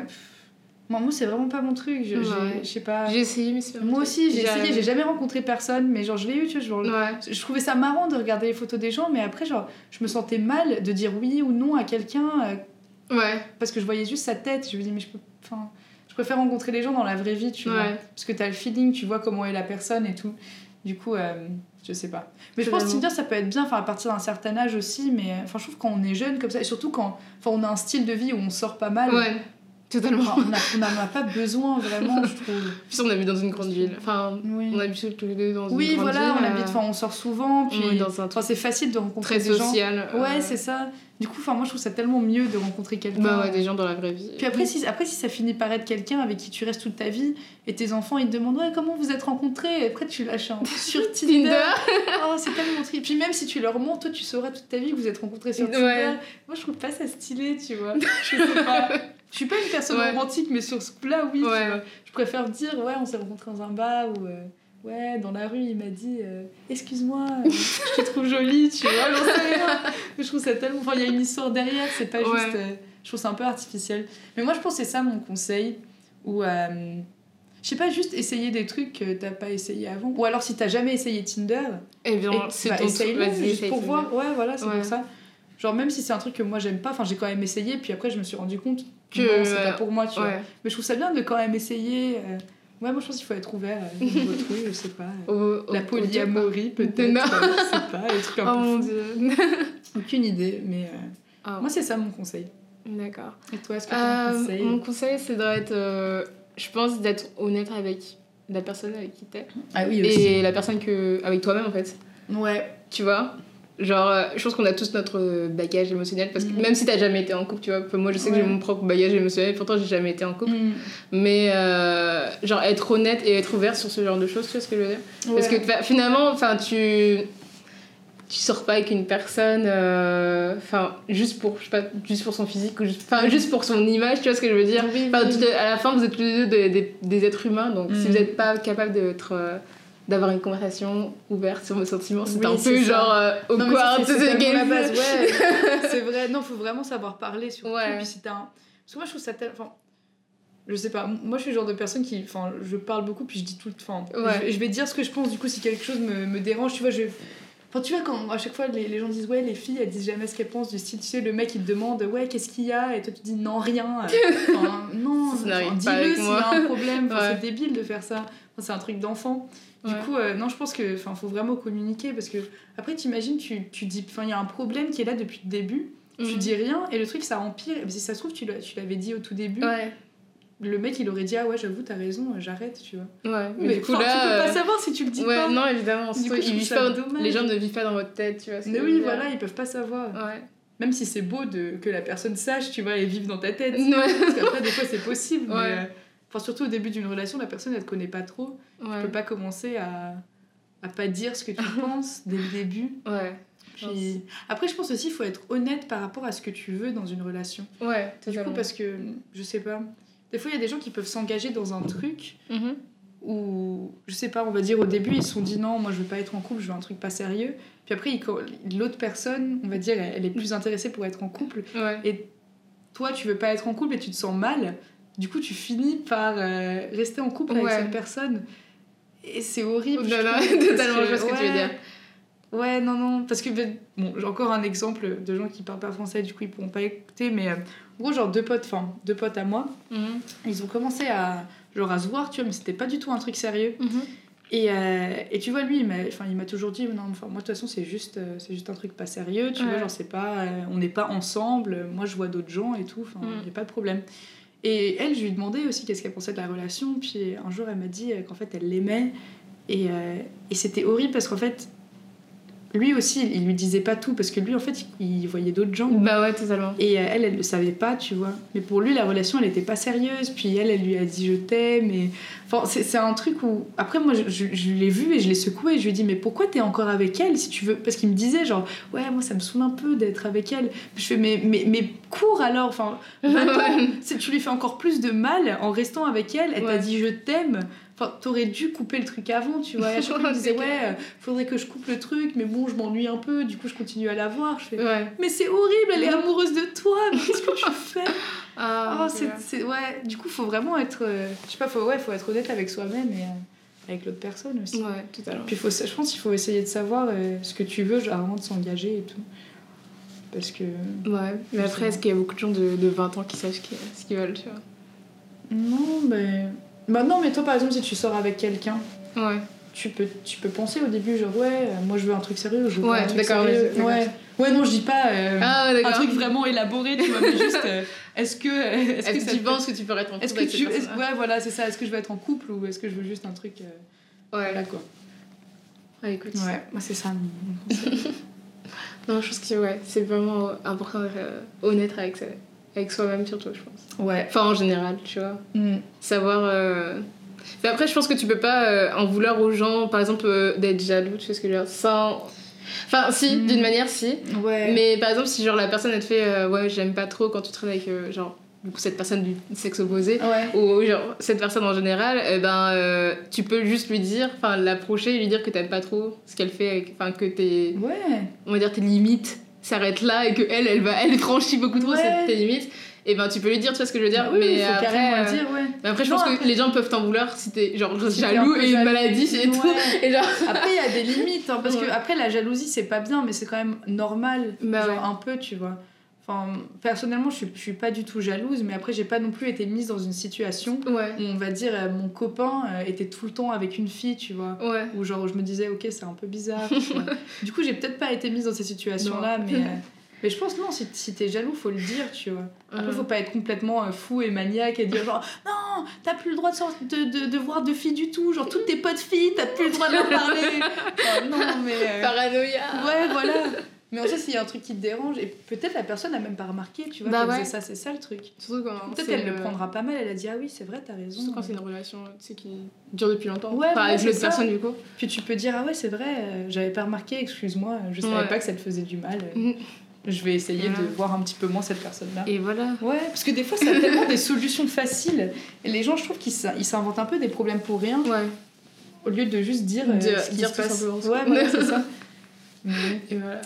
moi c'est vraiment pas mon truc, je sais pas. J'ai essayé mais c'est moi aussi j'ai essayé, j'ai jamais rencontré personne, mais genre je l'ai eu, tu vois, genre, je trouvais ça marrant de regarder les photos des gens, mais après genre je me sentais mal de dire oui ou non à quelqu'un parce que je voyais juste sa tête, je me dis mais je préfère rencontrer les gens dans la vraie vie, tu vois, parce que t'as le feeling, tu vois comment est la personne et tout, du coup je sais pas, mais je pense que Tinder ça peut être bien, à partir d'un certain âge aussi, mais je trouve quand on est jeune comme ça, et surtout quand on a un style de vie où on sort pas mal, totalement. On n'en a pas besoin vraiment, je trouve. Puis on habite dans une grande ville. On habite tous les deux dans une grande ville. Oui, voilà, on sort souvent. Puis c'est facile de rencontrer des gens. Très social. Ouais, c'est ça. Du coup, moi je trouve ça tellement mieux de rencontrer quelqu'un. Des gens dans la vraie vie. Puis après, si ça finit par être quelqu'un avec qui tu restes toute ta vie, et tes enfants ils te demandent comment vous êtes rencontrés, et après tu lâches sur Tinder. Oh, c'est tellement triste. Puis même si tu leur montres, toi tu sauras toute ta vie que vous êtes rencontrés sur Tinder. Moi je trouve pas ça stylé, tu vois. Je sais pas. Je suis pas une personne romantique, mais sur ce coup-là, oui, tu vois. Je préfère dire, on s'est rencontrés dans un bar ou dans la rue, il m'a dit excuse-moi, je te trouve jolie, tu vois, j'en sais rien. Je trouve ça tellement. Il y a une histoire derrière, c'est pas juste. Je trouve ça un peu artificiel. Mais moi, je pense que c'est ça mon conseil. Ou. Je sais pas, juste essayer des trucs que t'as pas essayé avant. Ou alors, si t'as jamais essayé Tinder, c'est ton essaye-le juste pour voir. Ouais, voilà, c'est pour ça. Genre même si c'est un truc que moi j'aime pas, j'ai quand même essayé, puis après je me suis rendu compte que non, c'est pas pour moi, tu vois. Mais je trouve ça bien de quand même essayer, Ouais, moi je pense qu'il faut être ouvert à de nouveaux trucs, je sais pas. La au polyamorie peut-être, Non. je sais pas, des trucs un Oh peu mon fous. dieu. Aucune idée, mais Ah, moi c'est ça mon conseil. d'accord. Et toi, est-ce que t'as un conseil? Mon conseil, c'est d'être, je pense, d'être honnête avec la personne avec qui t'es. Ah oui, aussi. Et la personne avec toi-même, en fait. Ouais. Tu vois, genre, je pense qu'on a tous notre bagage émotionnel, parce que même si t'as jamais été en couple, tu vois, moi je sais que j'ai mon propre bagage émotionnel, pourtant j'ai jamais été en couple, mais genre être honnête et être ouvert sur ce genre de choses, tu vois ce que je veux dire? Parce que finalement, enfin, tu sors pas avec une personne, enfin, juste pour son physique, ou juste pour son image, tu vois ce que je veux dire? À la fin, vous êtes tous les deux des êtres humains, donc si vous n'êtes pas capable d'avoir une conversation ouverte sur vos sentiments, c'est un peu genre awkward, c'est la base, ouais. C'est vrai, non, faut vraiment savoir parler surtout. Puis si t'as parce que moi je trouve ça tellement, je sais pas, moi je suis le genre de personne qui, enfin, je parle beaucoup puis je dis tout, je vais dire ce que je pense, du coup si quelque chose me dérange, tu vois, enfin, tu vois, quand à chaque fois les gens disent ouais, les filles elles disent jamais ce qu'elles pensent, du style, tu sais, le mec il te demande ouais, qu'est-ce qu'il y a, et toi tu dis non, rien. Enfin, non, dis-le s'il y a un problème, c'est débile de faire ça, c'est un truc d'enfant. Du coup, non, je pense que faut vraiment communiquer, parce que après t'imagines, tu dis, enfin, il y a un problème qui est là depuis le début, tu dis rien et le truc ça empire, et si ça se trouve tu l'avais dit au tout début. Le mec il aurait dit ah ouais, j'avoue t'as raison, j'arrête, tu vois. Mais du coup là tu peux pas savoir si tu le dis pas. Non, évidemment, du coup, les gens ne vivent pas dans votre tête, tu vois. Mais oui, voilà, ils peuvent pas savoir. Même si c'est beau que la personne sache, tu vois, et vive dans ta tête. Parce qu'après des fois c'est possible, mais enfin, surtout au début d'une relation, la personne elle te connaît pas trop, tu peux pas commencer à pas dire ce que tu penses dès le début. Puis après je pense aussi il faut être honnête par rapport à ce que tu veux dans une relation. Du coup, parce que je sais pas, des fois il y a des gens qui peuvent s'engager dans un truc où, je sais pas, on va dire au début ils se sont dit non, moi je veux pas être en couple, je veux un truc pas sérieux, puis après l'autre personne, on va dire, elle est plus intéressée pour être en couple, et toi tu veux pas être en couple et tu te sens mal, du coup tu finis par rester en couple avec cette personne, et c'est horrible. Totalement, je vois ce que tu veux dire. Ouais, non, parce que bon, j'ai encore un exemple de gens qui parlent pas français, du coup ils pourront pas écouter, mais en gros, genre deux potes à moi, ils ont commencé à se voir, tu vois, mais c'était pas du tout un truc sérieux. Et tu vois, lui il m'a toujours dit non, enfin moi de toute façon c'est juste un truc pas sérieux, tu vois, genre c'est pas, on n'est pas ensemble, moi je vois d'autres gens et tout, enfin y a pas de problème. Et elle, je lui demandais aussi qu'est-ce qu'elle pensait de la relation, puis un jour elle m'a dit qu'en fait elle l'aimait, et c'était horrible parce qu'en fait lui aussi il lui disait pas tout, parce que lui en fait il voyait d'autres gens. Bah ouais, totalement. Et elle le savait pas, tu vois, mais pour lui la relation elle était pas sérieuse, puis elle lui a dit je t'aime, et enfin c'est un truc où après moi je l'ai vu et je l'ai secoué et je lui ai dit mais pourquoi t'es encore avec elle si tu veux, parce qu'il me disait genre ouais moi ça me saoule un peu d'être avec elle. Je fais mais cours alors, enfin tu lui fais encore plus de mal en restant avec elle, elle t'a dit je t'aime. Enfin, t'aurais dû couper le truc avant, tu vois. Et à chaque fois, il me disait, faudrait que je coupe le truc, mais bon, je m'ennuie un peu, du coup, je continue à la voir. Je fais, mais c'est horrible, elle est amoureuse de toi, mais qu'est-ce que tu fais? Du coup, faut vraiment être, je sais pas, faut être honnête avec soi-même et avec l'autre personne aussi. Ouais, totalement. Puis je pense qu'il faut essayer de savoir ce que tu veux, genre, avant de s'engager et tout. Parce que... Ouais, mais après, est-ce qu'il y a beaucoup de gens de 20 ans qui savent ce qu'ils veulent, tu vois? Non, mais... Bah non, mais toi par exemple si tu sors avec quelqu'un, tu peux penser au début genre moi je veux un truc sérieux, je veux un truc sérieux. Ouais, non, je dis pas un truc vraiment élaboré, tu vois, mais juste est-ce que tu penses que tu peux être en couple avec cette personne? Ouais, voilà, c'est ça, est-ce que je veux être en couple ou est-ce que je veux juste un truc voilà quoi. Ouais, écoute. Ouais, moi c'est ça mon conseil. Non, je pense que c'est vraiment important d'être honnête avec soi-même surtout, je pense. Ouais. Enfin, en général, tu vois. Savoir... Mais après, je pense que tu peux pas en vouloir aux gens, par exemple, d'être jaloux, tu sais ce que je veux dire, sans... Enfin, si, d'une manière, si. Ouais. Mais par exemple, si genre la personne, elle te fait ouais, j'aime pas trop quand tu traînes avec, genre, du coup, cette personne du sexe opposé, ou genre, cette personne en général, tu peux juste lui dire, enfin, l'approcher et lui dire que t'aimes pas trop ce qu'elle fait, enfin, que on va dire, tes limites s'arrête là et que elle franchit beaucoup trop tes limites, et tu peux lui dire, tu vois ce que je veux dire. Mais après dire, mais après je pense que les gens peuvent t'en vouloir si t'es genre jaloux et une maladie et tout, et genre après il y a des limites parce que après la jalousie c'est pas bien, mais c'est quand même normal, genre un peu, tu vois, Enfin, personnellement, je suis pas du tout jalouse, mais après, j'ai pas non plus été mise dans une situation où, on va dire, mon copain était tout le temps avec une fille, tu vois. Où genre, je me disais, ok, c'est un peu bizarre. Tu vois. Du coup, j'ai peut-être pas été mise dans ces situations-là, mais je pense, non, si t'es jaloux, faut le dire, tu vois. Après, faut pas être complètement fou et maniaque et dire genre, non, t'as plus le droit de voir de filles du tout, genre toutes tes potes filles, t'as plus le droit de leur parler. Enfin, non, mais... Paranoïa. Ouais, voilà. Mais en fait, s'il y a un truc qui te dérange, et peut-être la personne n'a même pas remarqué, tu vois, qu'elle faisait ça, c'est ça le truc. Surtout quand peut-être qu'elle le prendra pas mal, elle a dit, ah oui, c'est vrai, t'as raison. Surtout quand c'est une relation, tu sais, qui dure depuis longtemps. Ouais, enfin, avec l'autre personne, du coup. Puis tu peux dire, ah ouais, c'est vrai, j'avais pas remarqué, excuse-moi, je savais pas que ça te faisait du mal. Je vais essayer de voir un petit peu moins cette personne-là. Et voilà. Ouais, parce que des fois, ça a tellement des solutions faciles. Et les gens, je trouve qu'ils s'inventent un peu des problèmes pour rien. Ouais. Au lieu de juste dire ce qui se passe. Ouais, c'est ça. Et voilà.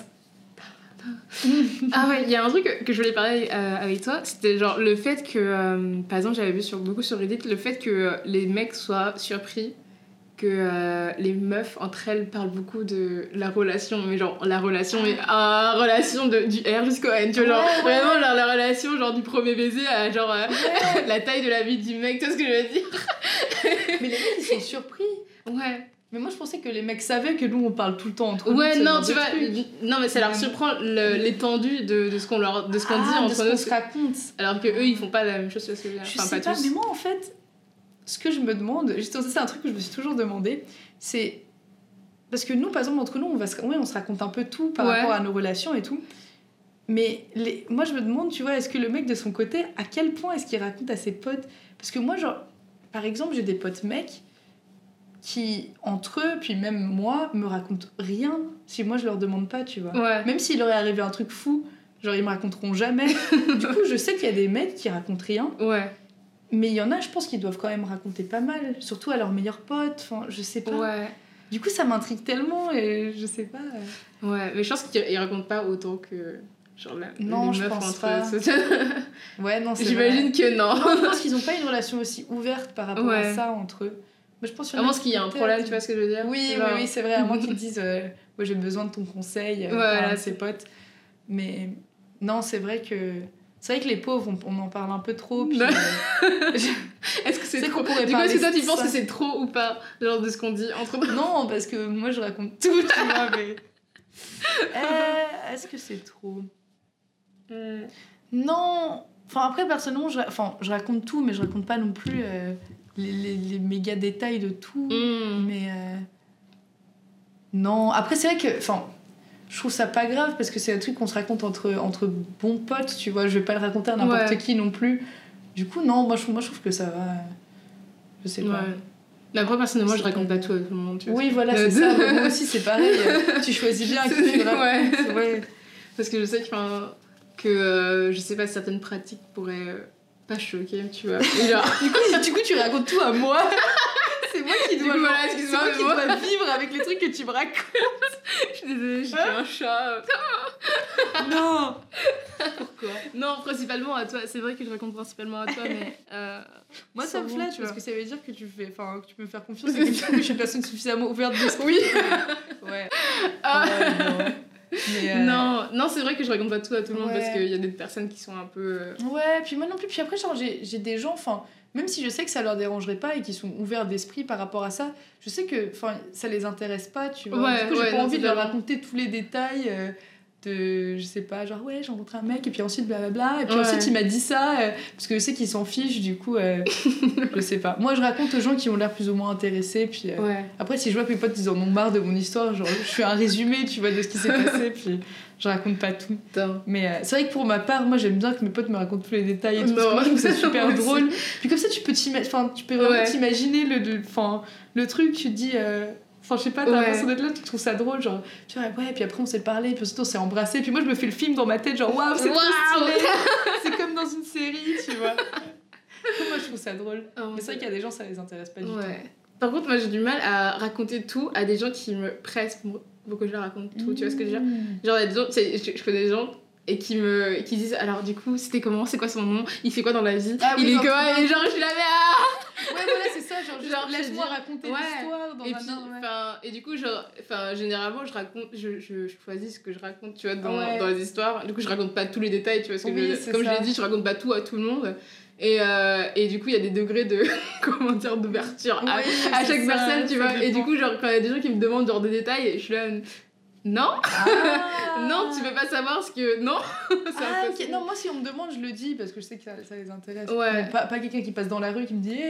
Ah ouais, il y a un truc que je voulais parler avec toi, c'était genre le fait que, par exemple, j'avais vu beaucoup sur Reddit, le fait que les mecs soient surpris que les meufs entre elles parlent beaucoup de la relation, mais genre la relation, mais relation du R jusqu'au N, tu vois, genre vraiment genre, la relation genre du premier baiser à genre la taille de la vie du mec, tu vois ce que je veux dire. Mais les mecs ils sont surpris. Ouais. Mais moi je pensais que les mecs savaient que nous on parle tout le temps entre nous. Ouais, non, tu vois, non mais ça leur surprend l'étendue de ce qu'on dit entre nous. De ce qu'on se raconte. Alors que eux ils font pas la même chose, parce que je sais pas, mais moi en fait, ce que je me demande, justement, c'est un truc que je me suis toujours demandé, c'est parce que nous par exemple entre nous on se raconte un peu tout par rapport à nos relations et tout. Mais moi je me demande, tu vois, est-ce que le mec de son côté, à quel point est-ce qu'il raconte à ses potes? Parce que moi genre par exemple, j'ai des potes mecs qui, entre eux, puis même moi, me racontent rien si moi je leur demande pas, tu vois. Ouais. Même s'il leur est arrivé un truc fou, genre ils me raconteront jamais. Du coup, je sais qu'il y a des mecs qui racontent rien. Ouais. Mais il y en a, je pense, qui doivent quand même raconter pas mal, surtout à leurs meilleurs potes, enfin, je sais pas. Ouais. Du coup, ça m'intrigue tellement et je sais pas. Ouais, mais je pense qu'ils racontent pas autant que. Genre non, les je meufs pense entre pas. Ouais, non, c'est J'imagine que non. Non, je pense qu'ils ont pas une relation aussi ouverte par rapport à ça entre eux. Mais je pense à moins qu'il y a un problème, tu vois ce que je veux dire. Oui, c'est vrai. À moins qu'ils disent ouais, j'ai besoin de ton conseil à ses potes. Mais non, c'est vrai que les pauvres, on en parle un peu trop. Puis, est-ce que c'est trop? Du coup, est-ce que toi tu penses que c'est trop ou pas, genre de ce qu'on dit entre nous? Non, parce que moi je raconte tout, tu vois, mais est-ce que c'est trop? Non. Enfin après personnellement, je raconte tout, mais je raconte pas non plus les méga détails de tout. Mais non. Après c'est vrai que, enfin, je trouve ça pas grave parce que c'est un truc qu'on se raconte entre bons potes, tu vois. Je vais pas le raconter à n'importe qui non plus. Du coup non, moi je trouve que ça va. Je sais pas. Mais après personnellement je raconte pas tout à tout le monde. Tu vois. Oui voilà c'est ça. Moi aussi c'est pareil. Tu choisis bien à qui tu le racontes. Ouais. Parce que je sais que je sais pas, certaines pratiques pourraient pas choquer, tu vois. Genre... du coup tu racontes tout à moi. C'est moi qui dois, dois vivre avec les trucs que tu me racontes. Je suis désolée, j'ai un chat. Non. Pourquoi? Non, principalement à toi. C'est vrai que je raconte principalement à toi, mais... moi, ça me flatte parce que ça veut dire que tu peux me faire confiance et que je suis une personne suffisamment ouverte d'esprit. Ouais. Mais non, c'est vrai que je raconte pas tout à tout le monde parce qu'il y a des personnes qui sont un peu... Ouais, puis moi non plus. Puis après, genre, j'ai des gens... Enfin, même si je sais que ça leur dérangerait pas et qu'ils sont ouverts d'esprit par rapport à ça, je sais que ça les intéresse pas, tu vois. Du coup, j'ai pas envie de leur raconter tous les détails de... Je sais pas, genre, ouais, j'ai rencontré un mec et puis ensuite blablabla. Et puis ensuite, il m'a dit ça parce que je sais qu'ils s'en fichent, du coup, je sais pas. Moi, je raconte aux gens qui ont l'air plus ou moins intéressés. Puis après, si je vois que mes potes, ils en ont marre de mon histoire, genre, je fais un résumé, tu vois, de ce qui s'est passé. Puis je raconte pas tout. Mais c'est vrai que pour ma part, moi j'aime bien que mes potes me racontent tous les détails et tout. Parce que moi je trouve ça super drôle. Puis comme ça tu peux vraiment t'imaginer le truc, tu te dis. Enfin, je sais pas, t'as l'impression d'être là, tu trouves ça drôle, genre, tu vois, puis après on s'est parlé, puis ensuite on s'est embrassé, puis moi je me fais le film dans ma tête, genre, waouh, c'est trop stylé, c'est comme dans une série, tu vois. Moi je trouve ça drôle. Mais c'est vrai qu'il y a des gens, ça les intéresse pas du tout. Par contre, moi j'ai du mal à raconter tout à des gens qui me pressent pour que je leur raconte tout, tu vois ce que je veux dire. Genre, il y a des gens, je connais des gens et qui disent alors du coup c'était comment, c'est quoi son nom, il fait quoi dans la vie, oui, il est quoi, et genre je suis là mais ouais voilà c'est ça, genre laisse-moi raconter l'histoire dans et puis et du coup généralement je raconte, je choisis ce que je raconte, tu vois, dans les histoires, du coup je raconte pas tous les détails, tu vois, parce que comme je l'ai dit, je raconte pas tout à tout le monde. Et du coup, il y a des degrés de comment dire, d'ouverture à chaque personne, tu vois. Et du coup, genre, quand il y a des gens qui me demandent genre des détails, je suis là, non, non, tu peux pas savoir ce que. Non, c'est non, moi, si on me demande, je le dis parce que je sais que ça les intéresse. Ouais. Pas quelqu'un qui passe dans la rue qui me dit,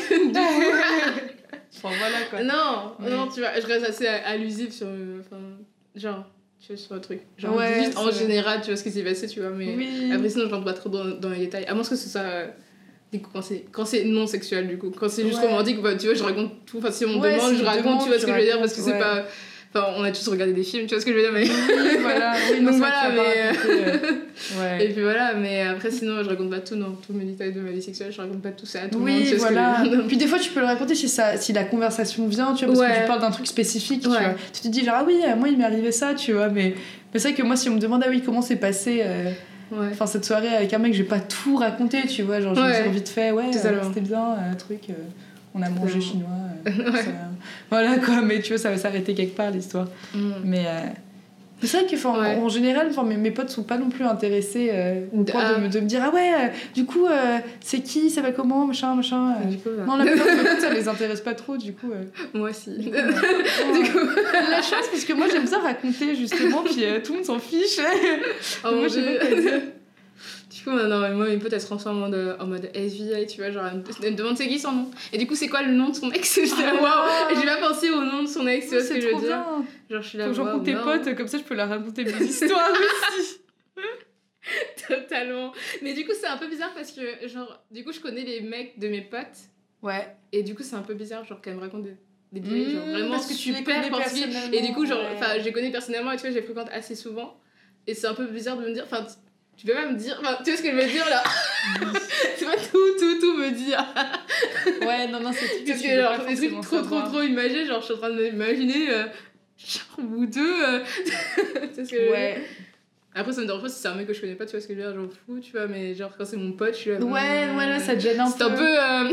enfin, voilà quoi. Non, tu vois, je reste assez allusive sur. Genre. Tu vois, sur le truc. Genre, juste en général, tu vois ce qui s'est passé, tu vois, mais après, sinon, je rentre pas trop dans les détails. À moins que ce soit. Du coup, quand c'est non sexuel, du coup. Quand c'est juste romantique, bah, tu vois, je raconte tout. Enfin, si on me demande, je raconte, tu vois ce que je veux dire, parce que c'est pas. Enfin, on a tous regardé des films, tu vois ce que je veux dire, mais. Oui, voilà. Oui, donc voilà, mais. Et puis voilà, mais après, sinon, je raconte pas tout, non. Tous mes détails de ma vie sexuelle, je raconte pas tout ça à tout le monde, tu vois ce que je veux dire. Puis des fois, tu peux le raconter si la conversation vient, tu vois, parce que tu parles d'un truc spécifique, tu vois. Tu te dis, genre, ah oui, moi, il m'est arrivé ça, tu vois, mais c'est vrai que moi, si on me demande, ah oui, comment s'est passé. Enfin, cette soirée avec un mec, je vais pas tout raconter, tu vois, genre, je dis vite fait, c'était bien, un truc. On a mangé chinois. Voilà quoi, mais tu vois, ça va s'arrêter quelque part l'histoire. Mais c'est vrai que en général, mes potes sont pas non plus intéressés au point de me dire ah ouais, du coup, c'est qui, ça va comment, machin. Non, la plupart de mes potes, ça les intéresse pas trop, du coup. Moi aussi. Du coup, la chance, parce que moi j'aime ça raconter justement, puis tout le monde s'en fiche. Moi, je sais pas quoi dire. Du coup, moi, mes potes, elles se transforment en mode SVI, tu vois, genre, elles me demandent c'est qui son nom. Et du coup, c'est quoi le nom de son ex? Je suis là, waouh! J'ai pas pensé au nom de son ex, tu vois ce que je veux dire? Genre, je suis là, faut que je rencontre tes potes, comme ça, je peux leur raconter mes histoires aussi. Totalement. Mais du coup, c'est un peu bizarre parce que, genre, du coup, je connais les mecs de mes potes. Ouais. Et du coup, c'est un peu bizarre, genre, quand elles me racontent des vieilles, genre, vraiment parce que tu les connais personnellement. Et du coup, genre, je les connais personnellement et tu vois, je les fréquente assez souvent. Et c'est un peu bizarre de me dire, tu peux pas me dire, tu vois ce que je veux dire là? C'est pas tout me dire. Ouais, non, c'est tout. Parce que genre, des trucs trop imagés, genre je suis en train de m'imaginer, genre vous deux. Tu sais ce que ouais. Après, ça me dérange pas si c'est un mec que je connais pas, tu vois ce que je veux dire, j'en fous, tu vois, mais genre quand c'est mon pote, je suis là. Ouais, ça te gêne un peu. C'est un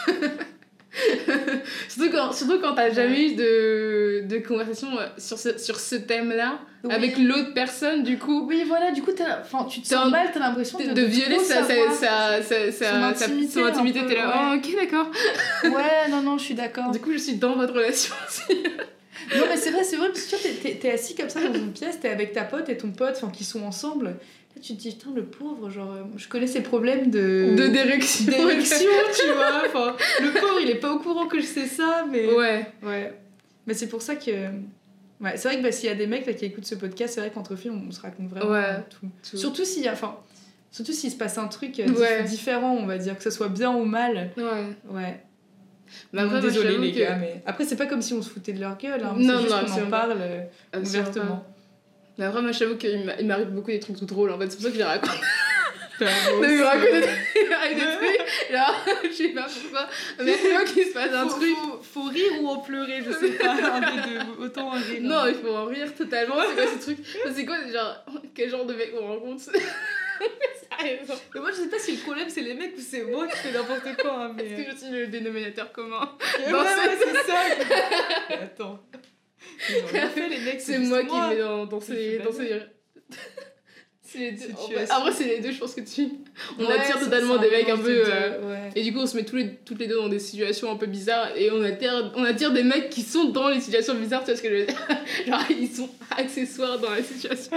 peu. Surtout quand t'as jamais eu de conversation sur ce thème-là avec l'autre personne, du coup. Oui, voilà, du coup, tu te sens mal, t'as l'impression de violer son intimité, t'es là, oh, ok, d'accord. Ouais, non, je suis d'accord. Du coup, je suis dans votre relation aussi. Non, mais c'est vrai, parce que t'es assis comme ça dans une pièce, t'es avec ta pote et ton pote, qui sont ensemble. Là, tu te dis, putain, le pauvre, genre, je connais ses problèmes d'érection, tu vois. Le pauvre, il est pas au courant que je sais ça, mais. Ouais. Mais c'est pour ça que. Ouais, c'est vrai que s'il y a des mecs là, qui écoutent ce podcast, c'est vrai qu'entre filles, on se raconte vraiment tout. Surtout s'il se passe un truc différent, on va dire, que ça soit bien ou mal. Ouais. Mais après, désolé les gars, mais après, c'est pas comme si on se foutait de leur gueule, hein. Non, c'est juste qu'on en parle ouvertement. Mais après, moi, je t'avoue qu'il m'arrive beaucoup des trucs tout drôles, en fait, c'est pour ça que je les raconte. Il raconte des trucs, genre, je sais pas pourquoi, mais c'est moi qu'il se passe un truc. Faut rire ou en pleurer, je sais pas, un des deux, autant en rire. Non, il faut en rire totalement, c'est quoi ce truc? C'est quoi, genre, quel genre de mec on rencontre? Mais moi je sais pas si le problème c'est les mecs ou c'est moi qui fais n'importe quoi, hein, mais... Est-ce que je suis le dénominateur commun? Ouais, c'est ça. Mais attends, ils ont rien fait les mecs, c'est moi qui le mets dans ces c'est les deux. En vrai, c'est les deux, je pense que on attire totalement des mecs un peu et du coup on se met toutes les deux dans des situations un peu bizarres et on attire des mecs qui sont dans les situations bizarres, tu vois ce que je veux dire? Genre ils sont accessoires dans la situation.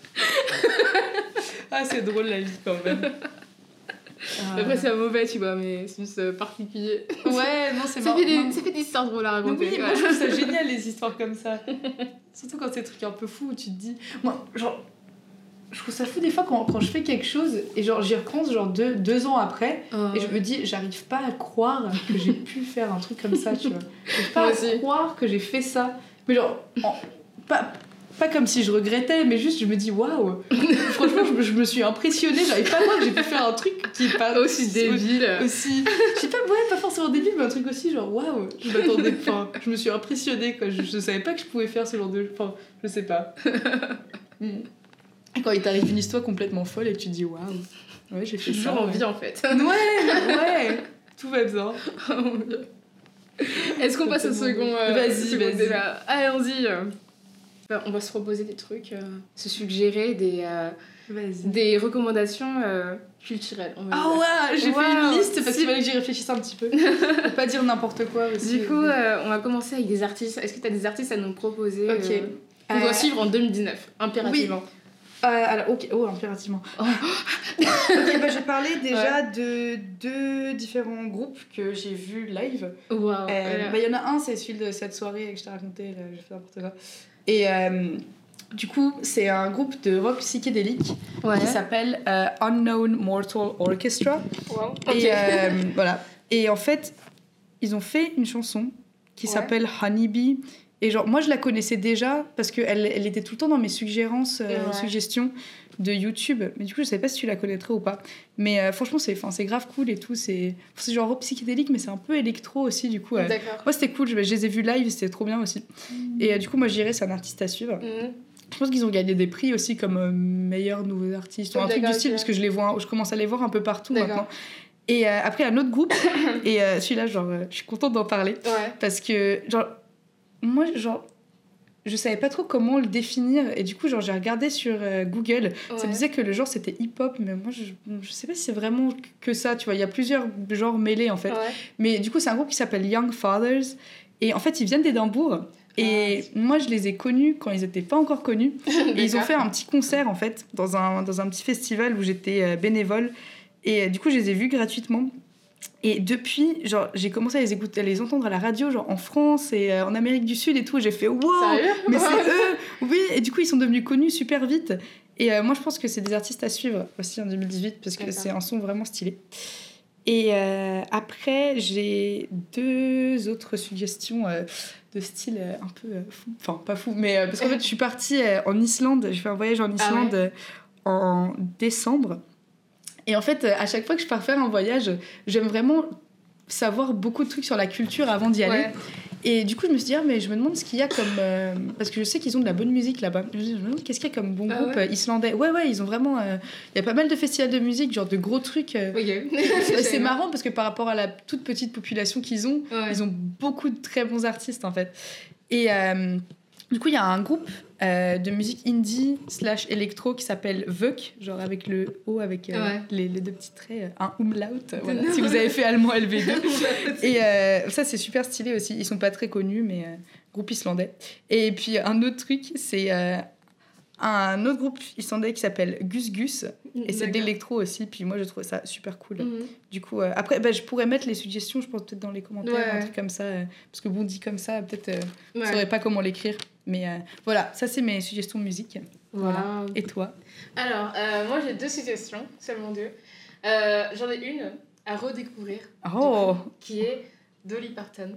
Ah, c'est drôle la vie quand même. Après c'est un mauvais, tu vois, mais c'est juste particulier. Ouais, non, c'est marrant. Ça fait des histoires drôles à raconter. Oui, moi je trouve ça génial les histoires comme ça. Surtout quand c'est des trucs un peu fous où tu te dis... Moi, genre, je trouve ça fou des fois quand je fais quelque chose et genre j'y repense genre 2 ans après et je me dis j'arrive pas à croire que j'ai pu faire un truc comme ça, tu vois. J'arrive pas à croire que j'ai fait ça. Mais genre, pas comme si je regrettais, mais juste je me dis waouh. Franchement, je me suis impressionnée, j'arrive pas à croire que j'ai pu faire un truc qui est pas aussi débile. Aussi, je sais pas, pas forcément débile, mais un truc aussi genre waouh. Je m'attendais pas. Je me suis impressionnée quoi. Je savais pas que je pouvais faire ce genre de. Enfin, je sais pas. Quand il t'arrive une histoire complètement folle et que tu te dis waouh, ouais, j'ai fait ça. Toujours en vie en fait. Ouais, tout va bien. Oh mon Dieu. Est-ce qu'on passe au second Vas-y. débat? Allons-y. On va se proposer des trucs, se suggérer des recommandations culturelles. Ah ouais, j'ai fait une liste parce qu'il fallait que j'y réfléchisse un petit peu. Faut pas dire n'importe quoi aussi. Du coup, on va commencer avec des artistes. Est-ce que tu as des artistes à nous proposer qu'on doit suivre en 2019, impérativement? Oui. Alors, ok, impérativement. Ok, je vais parler déjà de 2 différents groupes que j'ai vus live. Wow. Il y en a un, c'est celui de cette soirée que je t'ai raconté, là, j'ai fait n'importe quoi. Et du coup, c'est un groupe de rock psychédélique qui s'appelle Unknown Mortal Orchestra. Wow. Et voilà. Et en fait, ils ont fait une chanson qui s'appelle Honeybee. Et genre, moi, je la connaissais déjà parce qu'elle était tout le temps dans mes suggestions de YouTube. Mais du coup, je savais pas si tu la connaîtrais ou pas. Mais franchement, c'est grave cool et tout. C'est genre rock psychédélique, mais c'est un peu électro aussi, du coup. D'accord. Moi, c'était cool. Je les ai vus live, c'était trop bien aussi. Et du coup, moi, je dirais, c'est un artiste à suivre. Je pense qu'ils ont gagné des prix aussi comme meilleurs nouveaux artistes. Ou un truc du style, parce que je commence à les voir un peu partout maintenant. Et après, un autre groupe. Et celui-là, genre, je suis contente d'en parler. Ouais. Parce que, genre, moi, genre, je savais pas trop comment le définir. Et du coup, genre, j'ai regardé sur Google. Ça me disait que le genre, c'était hip-hop. Mais moi, je sais pas si c'est vraiment que ça, tu vois. Il y a plusieurs genres mêlés, en fait. Mais du coup, c'est un groupe qui s'appelle Young Fathers. Et en fait, ils viennent d'Édimbourg. Et moi, je les ai connus quand ils étaient pas encore connus. Et ils ont fait un petit concert, en fait, dans un petit festival où j'étais bénévole. Et du coup, je les ai vus gratuitement. Et depuis, genre, j'ai commencé à les entendre à la radio, genre en France et en Amérique du Sud et tout. J'ai fait wow, mais c'est eux. Oui, et du coup, ils sont devenus connus super vite. Et moi, je pense que c'est des artistes à suivre aussi en 2018 parce que c'est un son vraiment stylé. Et après, j'ai 2 autres suggestions de style un peu fou. Enfin, pas fou, mais parce qu'en fait, je suis partie en Islande. J'ai fait un voyage en Islande en décembre. Et en fait, à chaque fois que je pars faire un voyage, j'aime vraiment savoir beaucoup de trucs sur la culture avant d'y aller. Et du coup, je me suis dit, mais je me demande ce qu'il y a comme... parce que je sais qu'ils ont de la bonne musique là-bas. Je me demande qu'est-ce qu'il y a comme bon groupe islandais. Ouais, ils ont vraiment... Il y a pas mal de festivals de musique, genre de gros trucs. C'est marrant parce que par rapport à la toute petite population qu'ils ont, ils ont beaucoup de très bons artistes en fait. Et du coup, il y a un groupe de musique indie / électro qui s'appelle Vuk, genre avec le O avec les 2 petits traits, un umlaut, voilà, si vous avez fait allemand LV2. Et ça, c'est super stylé aussi. Ils sont pas très connus, mais groupe islandais. Et puis, un autre truc, c'est un autre groupe islandais qui s'appelle Gus Gus. Et c'est de l'électro aussi. Puis moi, je trouve ça super cool. Du coup, après, je pourrais mettre les suggestions, je pense, peut-être dans les commentaires, un truc comme ça. Parce que bon, dit comme ça, peut-être, je saurais pas comment l'écrire. Mais voilà, ça, c'est mes suggestions de musique. Voilà. Et toi? Alors, moi, j'ai 2 suggestions, seulement 2. J'en ai une à redécouvrir, qui est Dolly Parton.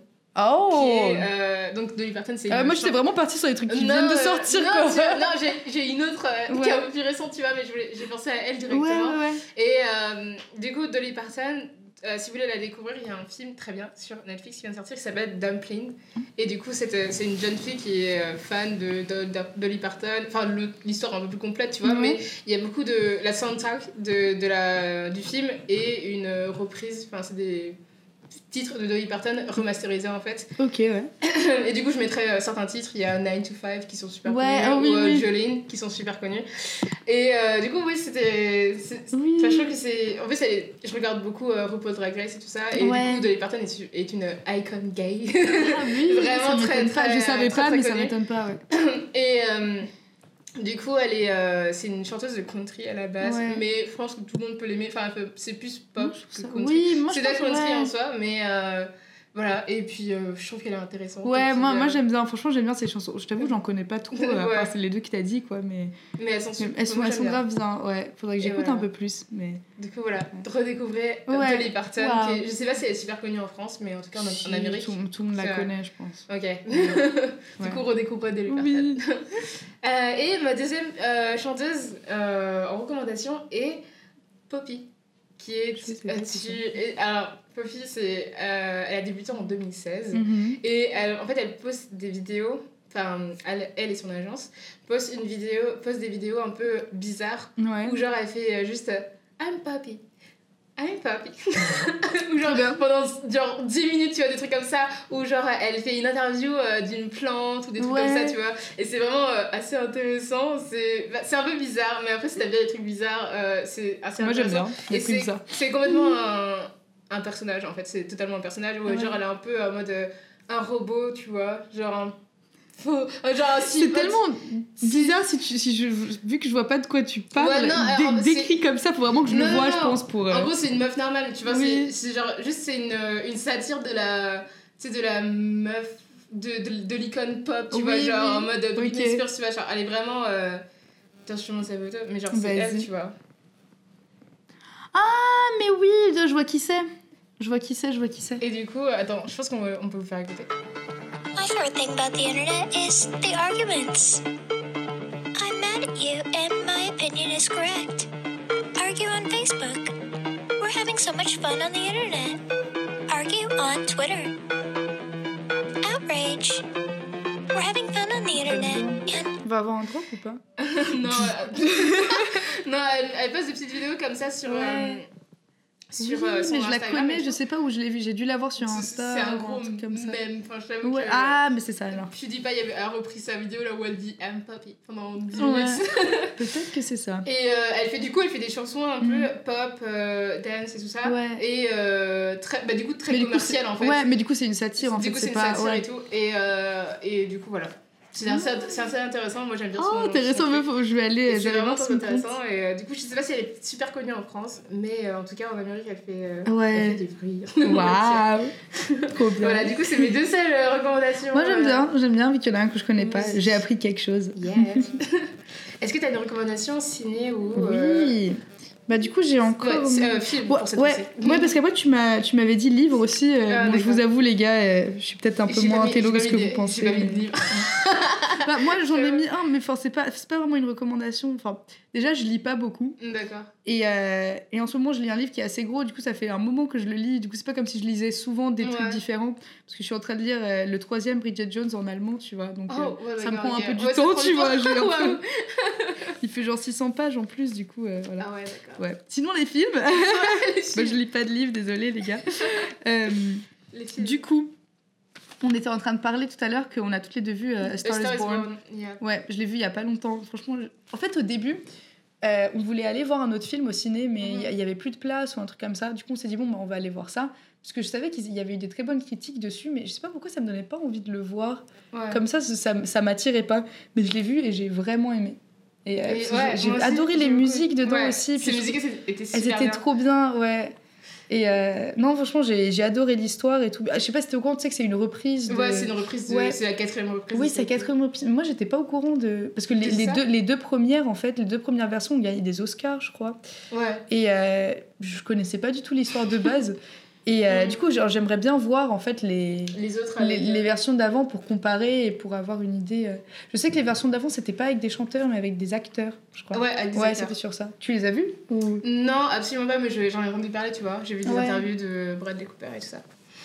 Donc Dolly Parton, c'est moi j'étais vraiment partie sur les trucs qui viennent de sortir j'ai une autre qui est un peu plus récente, tu vois, mais j'ai pensé à elle directement. Et du coup, Dolly Parton, si vous voulez la découvrir, il y a un film très bien sur Netflix qui vient de sortir qui s'appelle Dumpling. Et du coup, c'est une jeune fille qui est fan de Dolly Parton. Enfin, l'histoire est un peu plus complète, tu vois, mais il y a beaucoup de la soundtrack du film et une reprise. Enfin, c'est des titres de Dolly Parton remasterisés en fait. Et du coup, je mettrais certains titres. Il y a 9 to 5 qui sont super connus, ou Jolene qui sont super connus. Et du coup, c'était. Je trouve que c'est. En fait, je regarde beaucoup RuPaul's Drag Race et tout ça. Et du coup, Dolly Parton est une icon gay. Vraiment très, très. Je savais pas, mais ça m'étonne pas. Et. Du coup, c'est une chanteuse de country à la base, mais je pense que tout le monde peut l'aimer. Enfin, c'est plus pop que country. C'est de la country en soi, mais voilà. Et puis, je trouve qu'elle est intéressante. Moi j'aime bien. Franchement, j'aime bien ces chansons. Je t'avoue, j'en connais pas trop. À part c'est les 2 que t'as dit, quoi. Mais elles sont super. Elles sont grave bien. Ouais, faudrait que j'écoute un peu plus. Mais du coup, voilà, redécouvrez Dolly Parton. Je sais pas si elle est super connue en France, mais en tout cas en Amérique. Tout le monde la connaît, je pense. Ok. Du coup, redécouvrez Dolly Parton. Et ma deuxième chanteuse en recommandation est Poppy, qui est alors Poppy, elle a débuté en 2016 et elle poste des vidéos elle et son agence, poste des vidéos un peu bizarres, Ouais. où genre elle fait juste I'm Poppy. Ou genre pendant genre 10 minutes, tu vois, des trucs comme ça, ou genre elle fait une interview d'une plante ou des trucs comme ça, tu vois. Et c'est vraiment assez intéressant. C'est un peu bizarre, mais après, si t'aimes bien les trucs bizarres, c'est assez Moi, intéressant. j'aime bien. Et c'est complètement un personnage, en fait. C'est totalement un personnage où genre elle est un peu en mode un robot, tu vois. Genre c'est tellement bizarre vu que je vois pas de quoi tu parles. Décrit comme ça, faut vraiment que je le vois, je pense. En gros, c'est une meuf normale, tu vois. C'est genre juste c'est une satire de la meuf de l'icône pop, tu vois, genre en mode Britney Spears, tu vois, genre elle est vraiment putain, je te montre sa photo, mais genre c'est elle, tu vois. Ah mais oui, je vois qui c'est. Et du coup, attends, je pense qu'on peut vous faire écouter. My favorite thing about the internet is the arguments. I'm mad at you and my opinion is correct. Argue on Facebook. We're having so much fun on the internet. Argue on Twitter. Outrage. We're having fun on the internet. On va avoir un drop ou pas? Non, non, elle poste des petites vidéos comme ça sur... son mais Instagram, je la connais, je sais pas où je l'ai vue, j'ai dû la voir sur Insta. C'est un gros comme ça. mème, enfin je t'avoue que... Ah, mais c'est ça alors. PewDiePie a repris sa vidéo là où elle dit I'm Poppy pendant 10 minutes. Peut-être que c'est ça. Et elle fait des chansons un peu pop, dance et tout ça. Ouais. Et du coup très commercial en fait. Ouais, mais du coup c'est une satire en fait. Du coup c'est une satire et tout. Et du coup voilà. C'est assez intéressant, moi j'aime bien son... intéressant, je vais aller... C'est vraiment très intéressant, et du coup je sais pas si elle est super connue en France, mais en tout cas en Amérique elle fait des bruits. Waouh. Trop bien. Voilà, du coup c'est mes deux seules recommandations. Moi j'aime bien, vu qu'il y en a un que je connais pas, j'ai appris quelque chose. Yeah. Est-ce que t'as une recommandation ciné ou... Oui. Bah du coup j'ai encore film pour cette fois-ci. Ouais, parce qu'après tu m'avais dit livre aussi. Bon, je vous avoue les gars, je suis peut-être un peu moins intello que ce que vous pensez. J'ai pas mis de livre. Bah, moi j'en ai mis un, mais c'est pas vraiment une recommandation. Enfin, déjà je lis pas beaucoup. D'accord. Et en ce moment je lis un livre qui est assez gros, du coup ça fait un moment que je le lis. Du coup c'est pas comme si je lisais souvent des trucs différents, parce que je suis en train de lire le 3e Bridget Jones en allemand, tu vois. Donc ça me prend un peu du temps, tu vois. Il fait genre 600 pages en plus, du coup voilà. Ah ouais, d'accord. Ouais. Sinon les films, bah, je lis pas de livres, désolée les gars. Les films. Du coup, on était en train de parler tout à l'heure qu'on a toutes les deux vu A Star is Born. Yeah. Ouais, je l'ai vu il y a pas longtemps. Franchement, en fait au début, on voulait aller voir un autre film au ciné, mais il y avait plus de place ou un truc comme ça. Du coup, on s'est dit bon, bah, on va aller voir ça, parce que je savais qu'il y avait eu des très bonnes critiques dessus, mais je sais pas pourquoi ça me donnait pas envie de le voir. Ouais. Comme ça m'attirait pas. Mais je l'ai vu et j'ai vraiment aimé. Et j'ai adoré les musiques dedans aussi. Ces musiques étaient super bien. Elles étaient trop bien, ouais. Et non, franchement, j'ai adoré l'histoire et tout. Je sais pas si t'es au courant, tu sais que c'est une reprise de... Ouais, c'est une reprise c'est la 4e reprise. Oui, c'est la 4e reprise. Moi, j'étais pas au courant de... Parce que les deux premières, en fait, les deux premières versions ont gagné des Oscars, je crois. Ouais. Et je connaissais pas du tout l'histoire de base. Et du coup, genre, j'aimerais bien voir en fait les versions d'avant pour comparer et pour avoir une idée. Je sais que les versions d'avant, c'était pas avec des chanteurs, mais avec des acteurs, je crois. Ouais, avec des acteurs. C'était sur ça. Tu les as vus ou... Non, absolument pas, mais j'en ai entendu parler, tu vois. J'ai vu des interviews de Bradley Cooper et tout ça.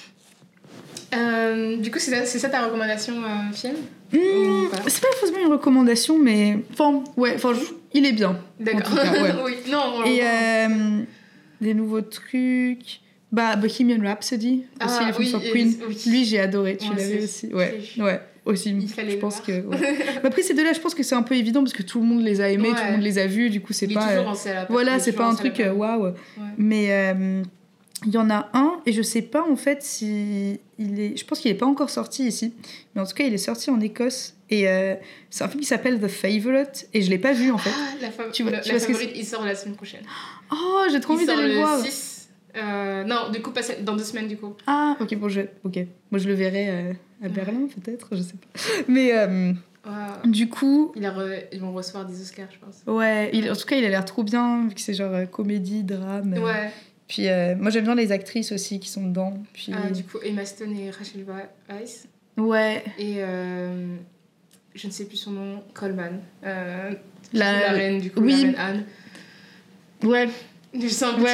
Du coup, c'est ça ta recommandation film C'est pas forcément une recommandation, mais... Enfin, il est bien. D'accord. En tout cas, ouais. Oui, non, et des nouveaux trucs... Bohemian Rhapsody, aussi les films sur Queen. Lui, j'ai adoré. Tu l'avais aussi. Ouais, aussi. Je pense que. Ouais. Après, ces deux-là, je pense que c'est un peu évident parce que tout le monde les a aimés, tout le monde les a vus. Du coup, c'est pas. Voilà, c'est pas un truc waouh. Mais il y en a un, et je sais pas en fait si il est. Je pense qu'il est pas encore sorti ici, mais en tout cas, il est sorti en Écosse. Et c'est un film qui s'appelle The Favourite, et je l'ai pas vu en fait. La Favorite, il sort la semaine prochaine. Oh, j'ai trop envie d'aller le voir. 6. Non, du coup, dans 2 semaines, du coup. Ah, ok, bon, moi je le verrai à Berlin, peut-être, je sais pas. Mais du coup... Ils vont recevoir des Oscars, je pense. Ouais, en tout cas, il a l'air trop bien, vu que c'est genre comédie, drame. Ouais. Puis moi, j'aime bien les actrices aussi qui sont dedans. Puis... du coup, Emma Stone et Rachel Weisz. Ouais. Et je ne sais plus son nom, Coleman. La reine, du coup, la reine Anne. Ouais.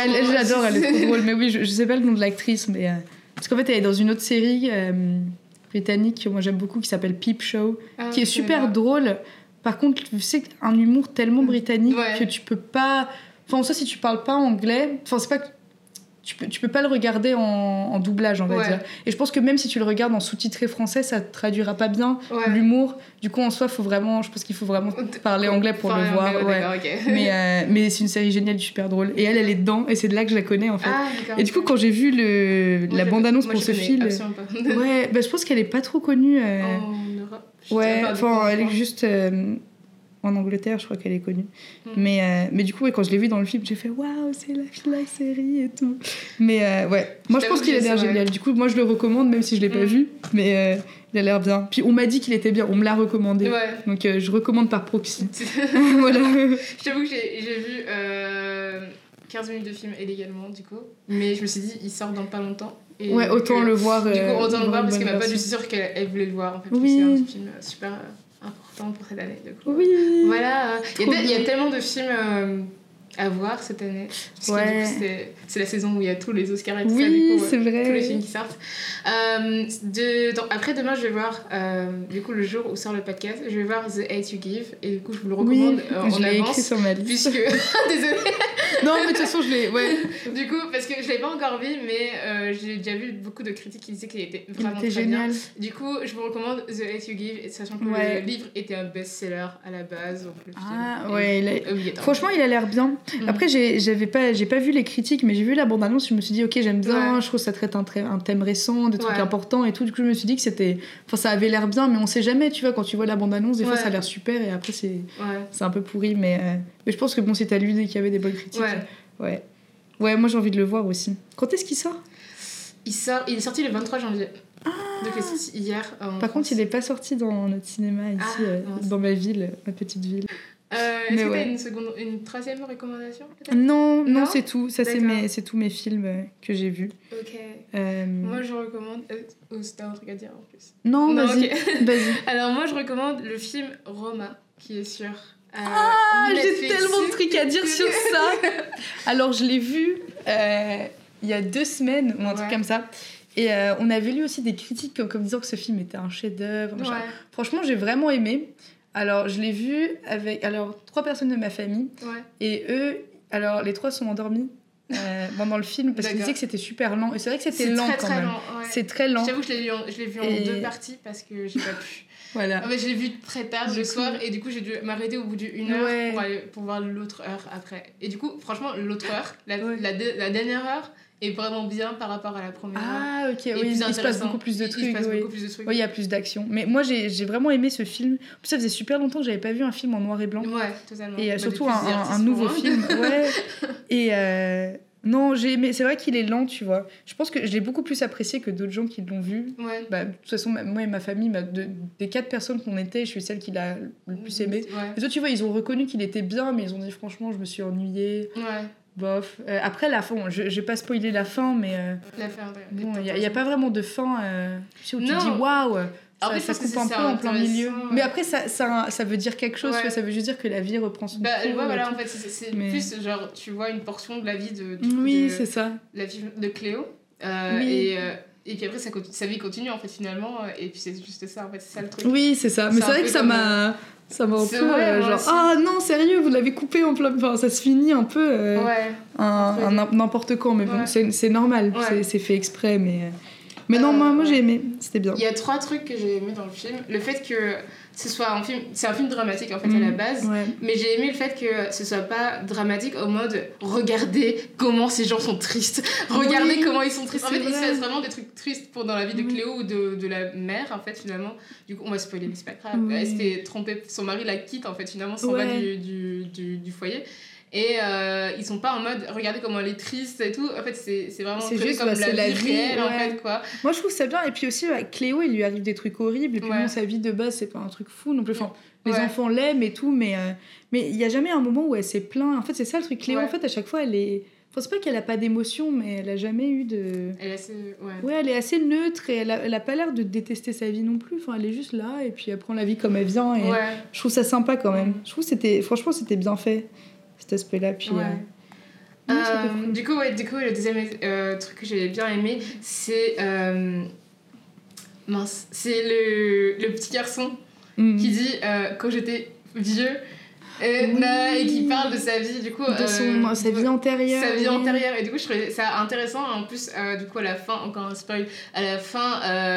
J'adore, elle est trop drôle. Mais oui, je sais pas le nom de l'actrice, mais parce qu'en fait, elle est dans une autre série britannique que moi j'aime beaucoup qui s'appelle Peep Show, qui est je super connais pas. drôle. Par contre, tu sais, un humour tellement britannique Ouais. que tu peux pas... Enfin, en soi, si tu parles pas anglais... Enfin, c'est pas que... Tu peux pas le regarder en doublage, on va Ouais. dire. Et je pense que même si tu le regardes en sous-titré français, ça traduira pas bien Ouais. l'humour. Du coup, en soi, je pense qu'il faut vraiment parler anglais pour le voir. Anglais, Ouais. d'accord, ok. Mais c'est une série géniale, super drôle. Et elle est dedans, et c'est de là que je la connais, en fait. Ah, d'accord. Et du coup, quand j'ai vu la bande-annonce pour ce film... Absolument pas. Ouais, bah, je pense qu'elle est pas trop connue. En Europe. Je Ouais, sais pas, enfin, elle est du coup, juste en Angleterre, je crois qu'elle est connue. Mm. Mais du coup, ouais, quand je l'ai vue dans le film, j'ai fait waouh, c'est la série et tout. Mais ouais, moi je t'avoue pense qu'il a que l'air c'est vrai. génial. Du coup, moi je le recommande, même si je l'ai pas Mm. vu, mais il a l'air bien. Puis on m'a dit qu'il était bien, on me l'a recommandé. Ouais. Donc je recommande par proxy. Voilà. Je t'avoue que j'ai vu 15 minutes de film illégalement, du coup. Mais je me suis dit, il sort dans pas longtemps. Et Ouais, autant le voir. Du coup, autant le voir parce que qu'elle m'a pas dit, je suis sûre qu'elle voulait le voir en fait. Oui. C'est un film super important pour cette année. Du coup. Oui. Voilà. Trop Il y a bien. tellement de films à voir cette année. Parce que Ouais. du coup, c'est la saison où il y a tous les Oscars et tout ça. Oui, Du coup, c'est vrai. tous les films qui sortent. Après, demain, je vais voir, du coup, le jour où sort le podcast, je vais voir The Hate You Give. Et du coup, je vous le recommande Oui, en je l'ai écrit avance. sur ma liste. Puisque. Désolée. Non, mais de toute façon, je l'ai. Ouais. Du coup, parce que je l'ai pas encore vu, mais j'ai déjà vu beaucoup de critiques qui disaient qu'il était Il vraiment était très génial. bien. Du coup, je vous recommande The Hate You Give, sachant que Ouais. le livre était un best-seller à la base. Donc le film Ah, est ouais, il a- obligatoire. Franchement, il a l'air bien. Mm. Après, j'ai pas vu les critiques, mais j'ai vu la bande-annonce. Je me suis dit, ok, j'aime bien. Ouais. Je trouve que ça traite un thème récent, des trucs Ouais. importants et tout. Du coup, je me suis dit que c'était. Enfin, ça avait l'air bien, mais on sait jamais, tu vois, quand tu vois la bande-annonce, des fois Ouais. ça a l'air super et après c'est Ouais. un peu pourri. Mais je pense que bon, si t'as lu dès qu'il y avait des bonnes critiques. Ouais. Ouais, moi j'ai envie de le voir aussi. Quand est-ce qu'il sort? Il est sorti le 23 janvier. Donc il est sorti hier. Par contre, il est pas sorti dans notre cinéma ici, mince. dans ma ville, ma petite ville. Est-ce Mais que ouais. t'as une troisième recommandation peut-être? Non, Non, c'est tout. Ça, D'accord. c'est tous mes films que j'ai vus. Ok. Euh, Moi je recommande. T'as un truc à dire en plus. Non, Non, vas-y. ok. Vas-y. Alors moi je recommande le film Roma qui est sur. J'ai Netflix. tellement de trucs à dire sur ça. Alors, je l'ai vu il y a 2 semaines ou un truc Ouais. comme ça. Et on avait lu aussi des critiques comme disant que ce film était un chef-d'œuvre. machin. Ouais. Franchement, j'ai vraiment aimé. Alors, je l'ai vu avec 3 personnes de ma famille. Ouais. Et eux, alors les 3 sont endormis pendant le film parce qu'ils D'accord. disaient que c'était super lent. Et c'est vrai que c'était C'est lent très quand très même. lent. Ouais. C'est très lent. Je t'avoue que je l'ai vu en Et- 2 parties parce que j'ai pas pu. Voilà. En fait, je l'ai vu très tard Du le coup- soir et du coup, j'ai dû m'arrêter au bout d'une heure Ouais. pour voir l'autre heure après. Et du coup, franchement, l'autre heure, Ouais. la dernière heure est vraiment bien par rapport à la première heure. Ah, ok, Et oui, plus il se passe intéressant. beaucoup plus de Il se trucs. passe oui. beaucoup plus de trucs. Oui, il y a plus d'action. Mais moi, j'ai vraiment aimé ce film. En plus, ça faisait super longtemps que j'avais pas vu un film en noir et blanc. Ouais, totalement. Et Bah, surtout depuis un Divertissement, nouveau hein. film. Ouais. Et non, j'ai aimé. C'est vrai qu'il est lent, tu vois. Je pense que je l'ai beaucoup plus apprécié que d'autres gens qui l'ont vu. Ouais. Bah, de toute façon, moi et ma famille, des 4 personnes qu'on était, je suis celle qui l'a le plus aimé. Ouais. Les autres, tu vois, ils ont reconnu qu'il était bien, mais ils ont dit franchement, je me suis ennuyée. Ouais. Bof. Après, la fin, je vais pas spoiler la fin, mais La fin, ouais. bon, il y a pas vraiment de fin tu sais, où tu te Non. dis waouh. Après, Ça je pense coupe que un c'est peu en plein milieu. intéressant. Mais après, ça veut dire quelque chose, Ouais. tu vois, ça veut juste dire que la vie reprend son Bah, cours. ouais, et voilà, tout. en fait, c'est Mais- plus genre, tu vois une portion de la vie de Oui, c'est ça. la vie de Cléo. Oui. Et puis après, sa vie continue, en fait, finalement. Et puis c'est juste ça, en fait, c'est ça le truc. Oui, c'est ça. Mais C'est c'est un vrai peu que ça comme, m'a un c'est peu vrai, moi genre aussi. ah non, sérieux, vous l'avez coupé en plein. Enfin, ça se finit un peu Ouais. n'importe quand, mais bon, Ouais. c'est normal. Ouais. C'est fait exprès, mais non, moi ouais. j'ai aimé. C'était bien. Il y a 3 trucs que j'ai aimé dans le film. Le fait que ce soit un film... C'est un film dramatique, en fait, à la base. Ouais. Mais j'ai aimé le fait que ce soit pas dramatique au mode regardez comment ces gens sont tristes, regardez Oui, comment ils sont tristes. En c'est fait, il se vrai. passe vraiment des trucs tristes dans la vie de Oui. Cléo ou de la mère, en fait, finalement. Du coup, on va spoiler, mais c'est pas grave. Oui. Elle s'était trompée, son mari la quitte, en fait, finalement, s'en va Ouais. du foyer. Et ils sont pas en mode regardez comment elle est triste et tout. En fait, c'est vraiment C'est traité juste, comme bah, c'est la la vie vie, réelle, en ouais. fait, quoi. Moi je trouve ça bien. Et puis aussi, Cléo, il lui arrive des trucs horribles. Et puis Ouais. bon, sa vie de base, c'est pas un truc fou non plus. Enfin, les Ouais. enfants l'aiment et tout, mais il y a jamais un moment où elle s'est plaint. En fait, c'est ça le truc. Cléo, Ouais. en fait, à chaque fois, elle est. Enfin, c'est pas qu'elle a pas d'émotion, mais elle a jamais eu de. Elle est assez... Ouais. Ouais, elle est assez neutre et elle a pas l'air de détester sa vie non plus. Enfin, elle est juste là et puis elle prend la vie comme elle vient. Et Ouais. je trouve ça sympa quand même. Je trouve que franchement, c'était bien fait, cet aspect-là. Puis, Ouais. non, c'était cool. Du coup, le deuxième truc que j'ai bien aimé, c'est mince, c'est le petit garçon qui dit quand j'étais vieux. Et qui parle de sa vie, du coup. De sa vie antérieure. Sa vie antérieure. Et du coup, je trouvais ça intéressant. En plus, du coup, à la fin, encore un spoil, à la fin,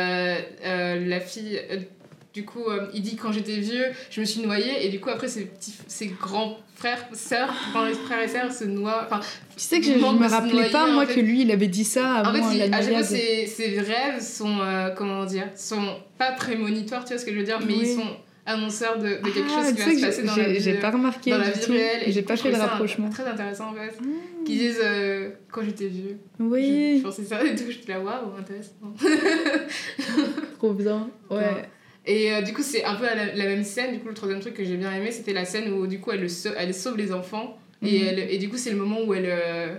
la fille. Du coup, il dit quand j'étais vieux, je me suis noyée. Et du coup, après, ses grands frères, sœurs, quand les frères et sœurs se noient. Enfin, tu sais que je me rappelais pas, moi, que lui, il avait dit ça avant la noyade. À chaque fois, ses rêves sont, sont pas prémonitoires, tu vois ce que je veux dire, mais ils sont annonceurs de quelque chose qui va se passer dans la vie, j'ai pas remarqué dans la vie réelle. Et j'ai pas fait le rapprochement. Très intéressant en fait. Qui disent quand j'étais vieux. Oui. Je pensais ça et tout, je te la waouh, intéressant. Trop bien. Ouais. Et du coup, c'est un peu la même scène. Du coup, le troisième truc que j'ai bien aimé, c'était la scène où du coup, elle sauve les enfants. Et du coup, c'est le moment où elle,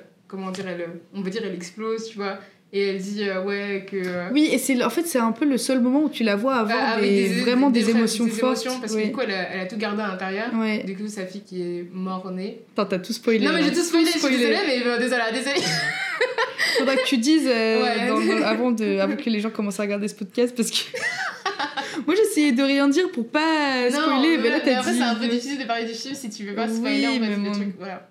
on va dire, elle explose, tu vois. Et elle dit ouais que oui, et c'est en fait c'est un peu le seul moment où tu la vois avoir vraiment des émotions fortes, parce que du coup elle a tout gardé à l'intérieur. Du coup, sa fille qui est mort-née. Attends, t'as tout spoilé. Non mais j'ai tout spoilé, je suis désolée, mais désolée. Faudra que tu dises avant que les gens commencent à regarder ce podcast, parce que moi j'essayais de rien dire pour pas spoiler, mais là t'as dit. Après c'est un peu difficile de parler du film si tu veux pas spoiler en fait le truc, voilà.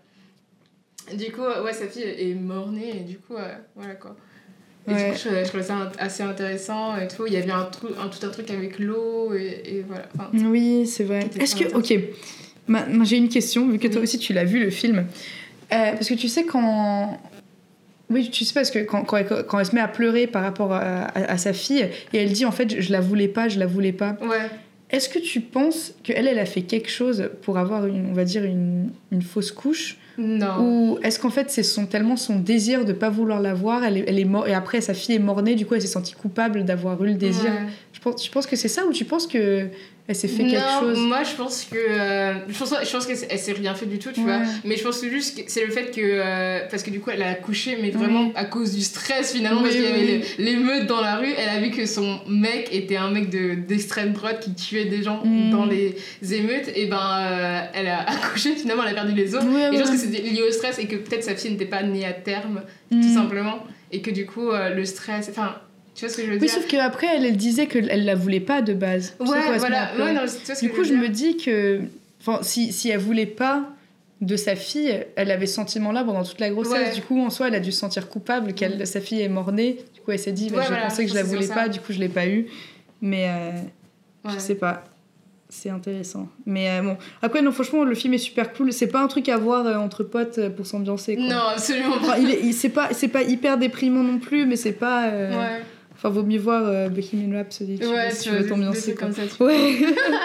Du coup ouais, sa fille est mort-née et du coup voilà quoi. Et du coup, je trouvais ça assez intéressant et tout. Il y avait tout un truc avec l'eau et voilà. Enfin, oui, c'est vrai. Est-ce que... Ok, j'ai une question, vu que toi aussi tu l'as vu, le film. Parce que tu sais quand... Oui, tu sais parce que quand elle se met à pleurer par rapport à sa fille, et elle dit en fait, je la voulais pas. Ouais. Est-ce que tu penses qu'elle a fait quelque chose pour avoir on va dire une fausse couche? Non. Ou est-ce qu'en fait c'est tellement son désir de pas vouloir la voir, elle est morte, et après sa fille est mort-née, du coup elle s'est sentie coupable d'avoir eu le désir. Tu penses que c'est ça, ou tu penses que elle s'est fait quelque chose? Non, moi je pense que je pense qu'elle s'est rien fait du tout, tu vois. Mais je pense que juste que c'est le fait que parce que du coup elle a accouché, mais vraiment à cause du stress finalement, parce qu'il y avait l'émeute dans la rue. Elle a vu que son mec était un mec d'extrême droite qui tuait des gens dans les émeutes, et elle a accouché, finalement elle a perdu les os. Et je pense que c'était lié au stress, et que peut-être sa fille n'était pas née à terme tout simplement, et que du coup le stress, enfin tu vois ce que je veux dire? Oui, sauf qu'après, elle disait qu'elle la voulait pas de base. Ouais, voilà. Ouais, non, tu vois ce que du coup, je me dis que si elle voulait pas de sa fille, elle avait ce sentiment-là pendant toute la grossesse. Du coup, en soi, elle a dû se sentir coupable sa fille est mort-née. Du coup, elle s'est dit, je pensais que je la voulais pas, du coup, je l'ai pas eu. Mais je sais pas. C'est intéressant. Mais bon, après, non, franchement, le film est super cool. C'est pas un truc à voir entre potes pour s'ambiancer, quoi. Non, absolument pas. C'est pas hyper déprimant non plus, mais c'est pas... Enfin, vaut mieux voir Bohemian Rhapsody, si tu veux t'ambiancer. Comme ça. Ouais.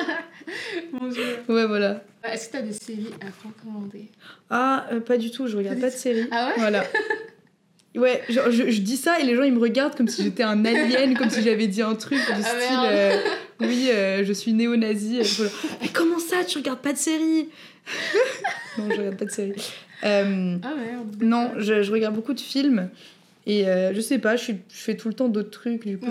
Bonjour. Ouais, voilà. Est-ce que t'as des séries à recommander? Pas du tout, je regarde pas de séries. Ah ouais? Voilà. Ouais, genre, je dis ça et les gens ils me regardent comme si j'étais un alien, comme si j'avais dit un truc du style oui, je suis néo-nazi. Mais comment ça, tu regardes pas de séries? Non, je regarde pas de séries. Merde. Non, je regarde beaucoup de films. Et je sais pas, je fais tout le temps d'autres trucs, du coup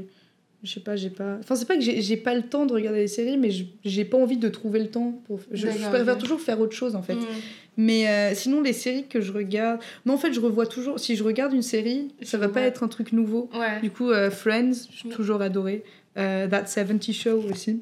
je sais pas, j'ai pas... Enfin, c'est pas que j'ai pas le temps de regarder des séries, mais j'ai pas envie de trouver le temps pour... Je préfère toujours faire autre chose, en fait. Mais sinon, les séries que je regarde... Non, en fait, je revois toujours... Si je regarde une série, ça va pas être un truc nouveau. Du coup, Friends, j'ai toujours adoré. That 70 Show aussi.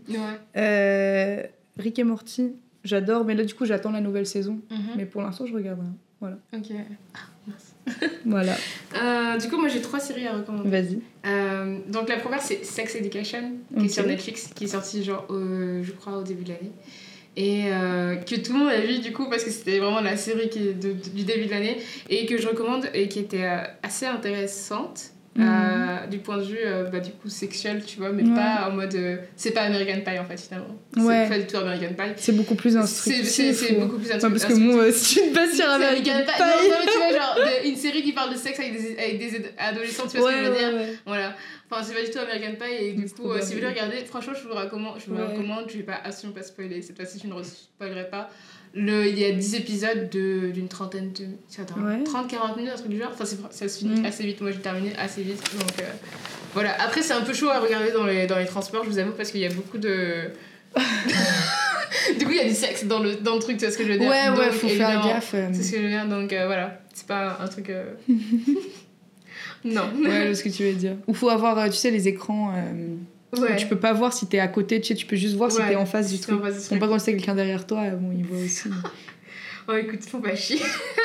Rick et Morty, j'adore, mais là, du coup, j'attends la nouvelle saison. Mais pour l'instant, je regarde rien. Voilà. Ok. Ah, mince. Voilà. Du coup, moi j'ai 3 séries à recommander. Vas-y. Donc la première c'est Sex Education, qui est sur Netflix, qui est sortie genre je crois au début de l'année, et que tout le monde a vu du coup parce que c'était vraiment la série qui est du début de l'année, et que je recommande, et qui était assez intéressante. Du point de vue du coup sexuel, tu vois, mais pas en mode c'est pas American Pie en fait, finalement. C'est pas du tout American Pie, c'est beaucoup plus instructif. C'est beaucoup plus instructif. Parce que moi si tu te bases sur American Pie, non mais tu vois, genre une série qui parle de sexe avec des adolescents, tu vois ce que je veux dire. Voilà, enfin c'est pas du tout American Pie, et du coup si vous voulez regarder, franchement je vous le recommande. Je vais pas absolument pas spoiler, cette fois-ci je ne spoilerai pas. Il y a 10 épisodes d'une trentaine de... 30-40 minutes, un truc du genre. Enfin, ça se finit assez vite. Moi, j'ai terminé assez vite. Donc, voilà. Après, c'est un peu chaud à regarder dans les transports, je vous avoue, parce qu'il y a beaucoup de... Du coup, il y a du sexe dans le truc, tu vois ce que je veux dire. Ouais, faut faire gaffe. C'est ce que je veux dire. Donc, voilà. C'est pas un truc... Non. Ouais, ce que tu veux dire. Ou faut avoir, tu sais, les écrans. Ouais. Tu peux pas voir si t'es à côté, tu sais, tu peux juste voir si t'es en face du truc. Bon, pas quand c'est quelqu'un derrière toi, bon, il voit aussi. Oh, écoute, faut pas chier.